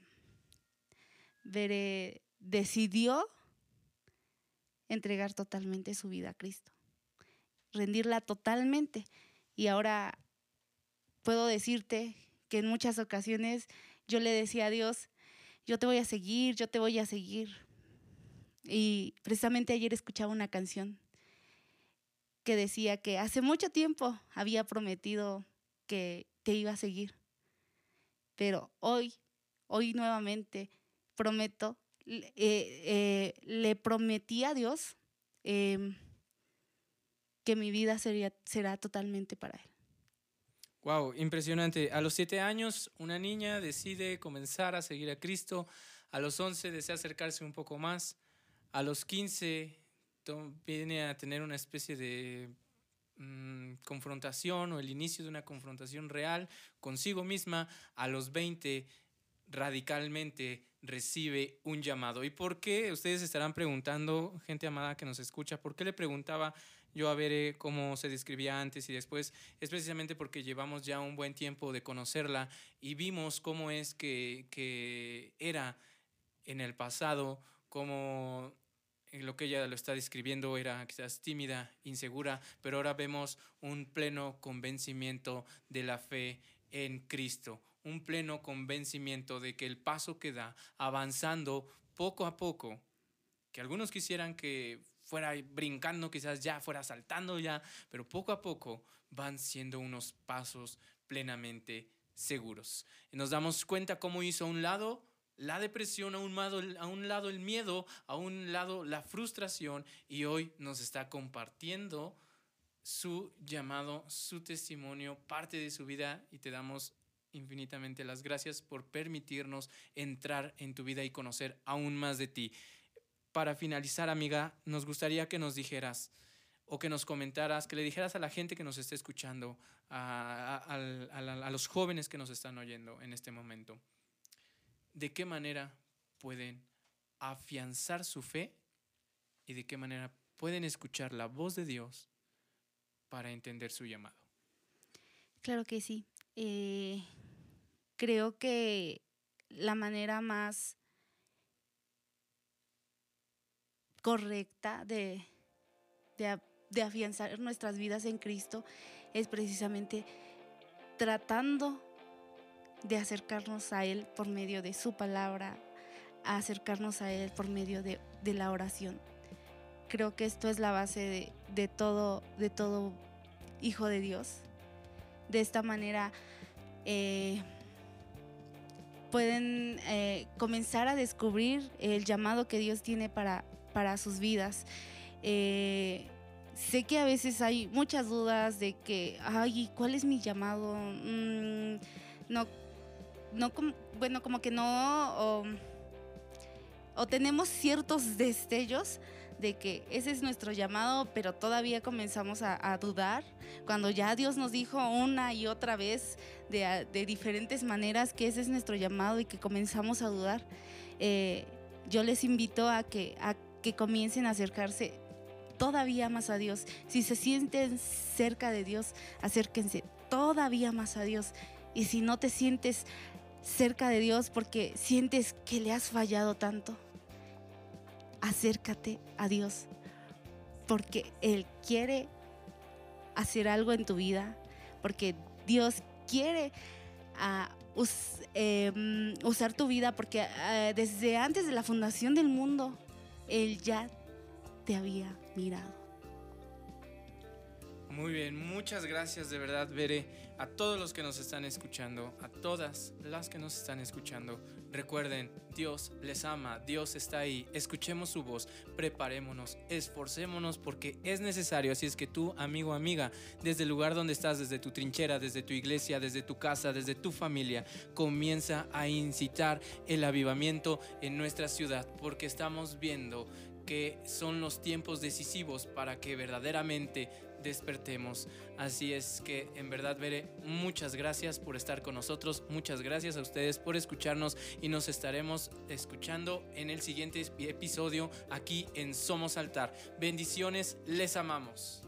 Bere decidió entregar totalmente su vida a Cristo, rendirla totalmente. Y ahora puedo decirte que en muchas ocasiones yo le decía a Dios, yo te voy a seguir, yo te voy a seguir. Y precisamente ayer escuchaba una canción que decía que hace mucho tiempo había prometido que te iba a seguir. Pero hoy nuevamente prometo, le prometí a Dios que mi vida será totalmente para Él. Wow, impresionante. A los 7 años, una niña decide comenzar a seguir a Cristo. A los 11 desea acercarse un poco más. A los 15 viene a tener una especie de confrontación o el inicio de una confrontación real consigo misma. A los 20 radicalmente recibe un llamado. ¿Y por qué? Ustedes estarán preguntando, gente amada que nos escucha, ¿por qué le preguntaba yo a Bere cómo se describía antes y después? Es precisamente porque llevamos ya un buen tiempo de conocerla y vimos cómo es que era en el pasado, cómo lo que ella lo está describiendo era quizás tímida, insegura, pero ahora vemos un pleno convencimiento de la fe en Cristo, un pleno convencimiento de que el paso que da, avanzando poco a poco, que algunos quisieran que fuera brincando, quizás ya fuera saltando ya, pero poco a poco van siendo unos pasos plenamente seguros. Y nos damos cuenta cómo hizo a un lado la depresión, a un lado el miedo, a un lado la frustración, y hoy nos está compartiendo su llamado, su testimonio, parte de su vida, y te damos infinitamente las gracias por permitirnos entrar en tu vida y conocer aún más de ti. Para finalizar, amiga, nos gustaría que nos dijeras o que nos comentaras, que le dijeras a la gente que nos está escuchando, a los jóvenes que nos están oyendo en este momento, de qué manera pueden afianzar su fe y de qué manera pueden escuchar la voz de Dios para entender su llamado. Claro que sí. Creo que la manera más correcta de afianzar nuestras vidas en Cristo es precisamente tratando de acercarnos a Él por medio de su palabra, a acercarnos a Él por medio de la oración. Creo que esto es la base de todo hijo de Dios. De esta manera pueden comenzar a descubrir el llamado que Dios tiene para sus vidas. Sé que a veces hay muchas dudas de que, ¿cuál es mi llamado? Como que no, o tenemos ciertos destellos de que ese es nuestro llamado, pero todavía comenzamos a dudar, cuando ya Dios nos dijo una y otra vez de diferentes maneras que ese es nuestro llamado y que comenzamos a dudar. Yo les invito a que comiencen a acercarse todavía más a Dios. Si se sienten cerca de Dios, acérquense todavía más a Dios. Y si no te sientes cerca de Dios porque sientes que le has fallado tanto, acércate a Dios, porque Él quiere hacer algo en tu vida, porque Dios quiere usar tu vida, porque desde antes de la fundación del mundo, Él ya te había mirado. Muy bien, muchas gracias de verdad, Bere. A todos los que nos están escuchando, a todas las que nos están escuchando, recuerden, Dios les ama, Dios está ahí. Escuchemos su voz, preparémonos, esforcémonos porque es necesario. Así es que tú, amigo, amiga, desde el lugar donde estás, desde tu trinchera, desde tu iglesia, desde tu casa, desde tu familia, comienza a incitar el avivamiento en nuestra ciudad, porque estamos viendo que son los tiempos decisivos para que verdaderamente despertemos. Así es que en verdad, Bere, muchas gracias por estar con nosotros, muchas gracias a ustedes por escucharnos y nos estaremos escuchando en el siguiente episodio aquí en Somos Altar. Bendiciones, les amamos.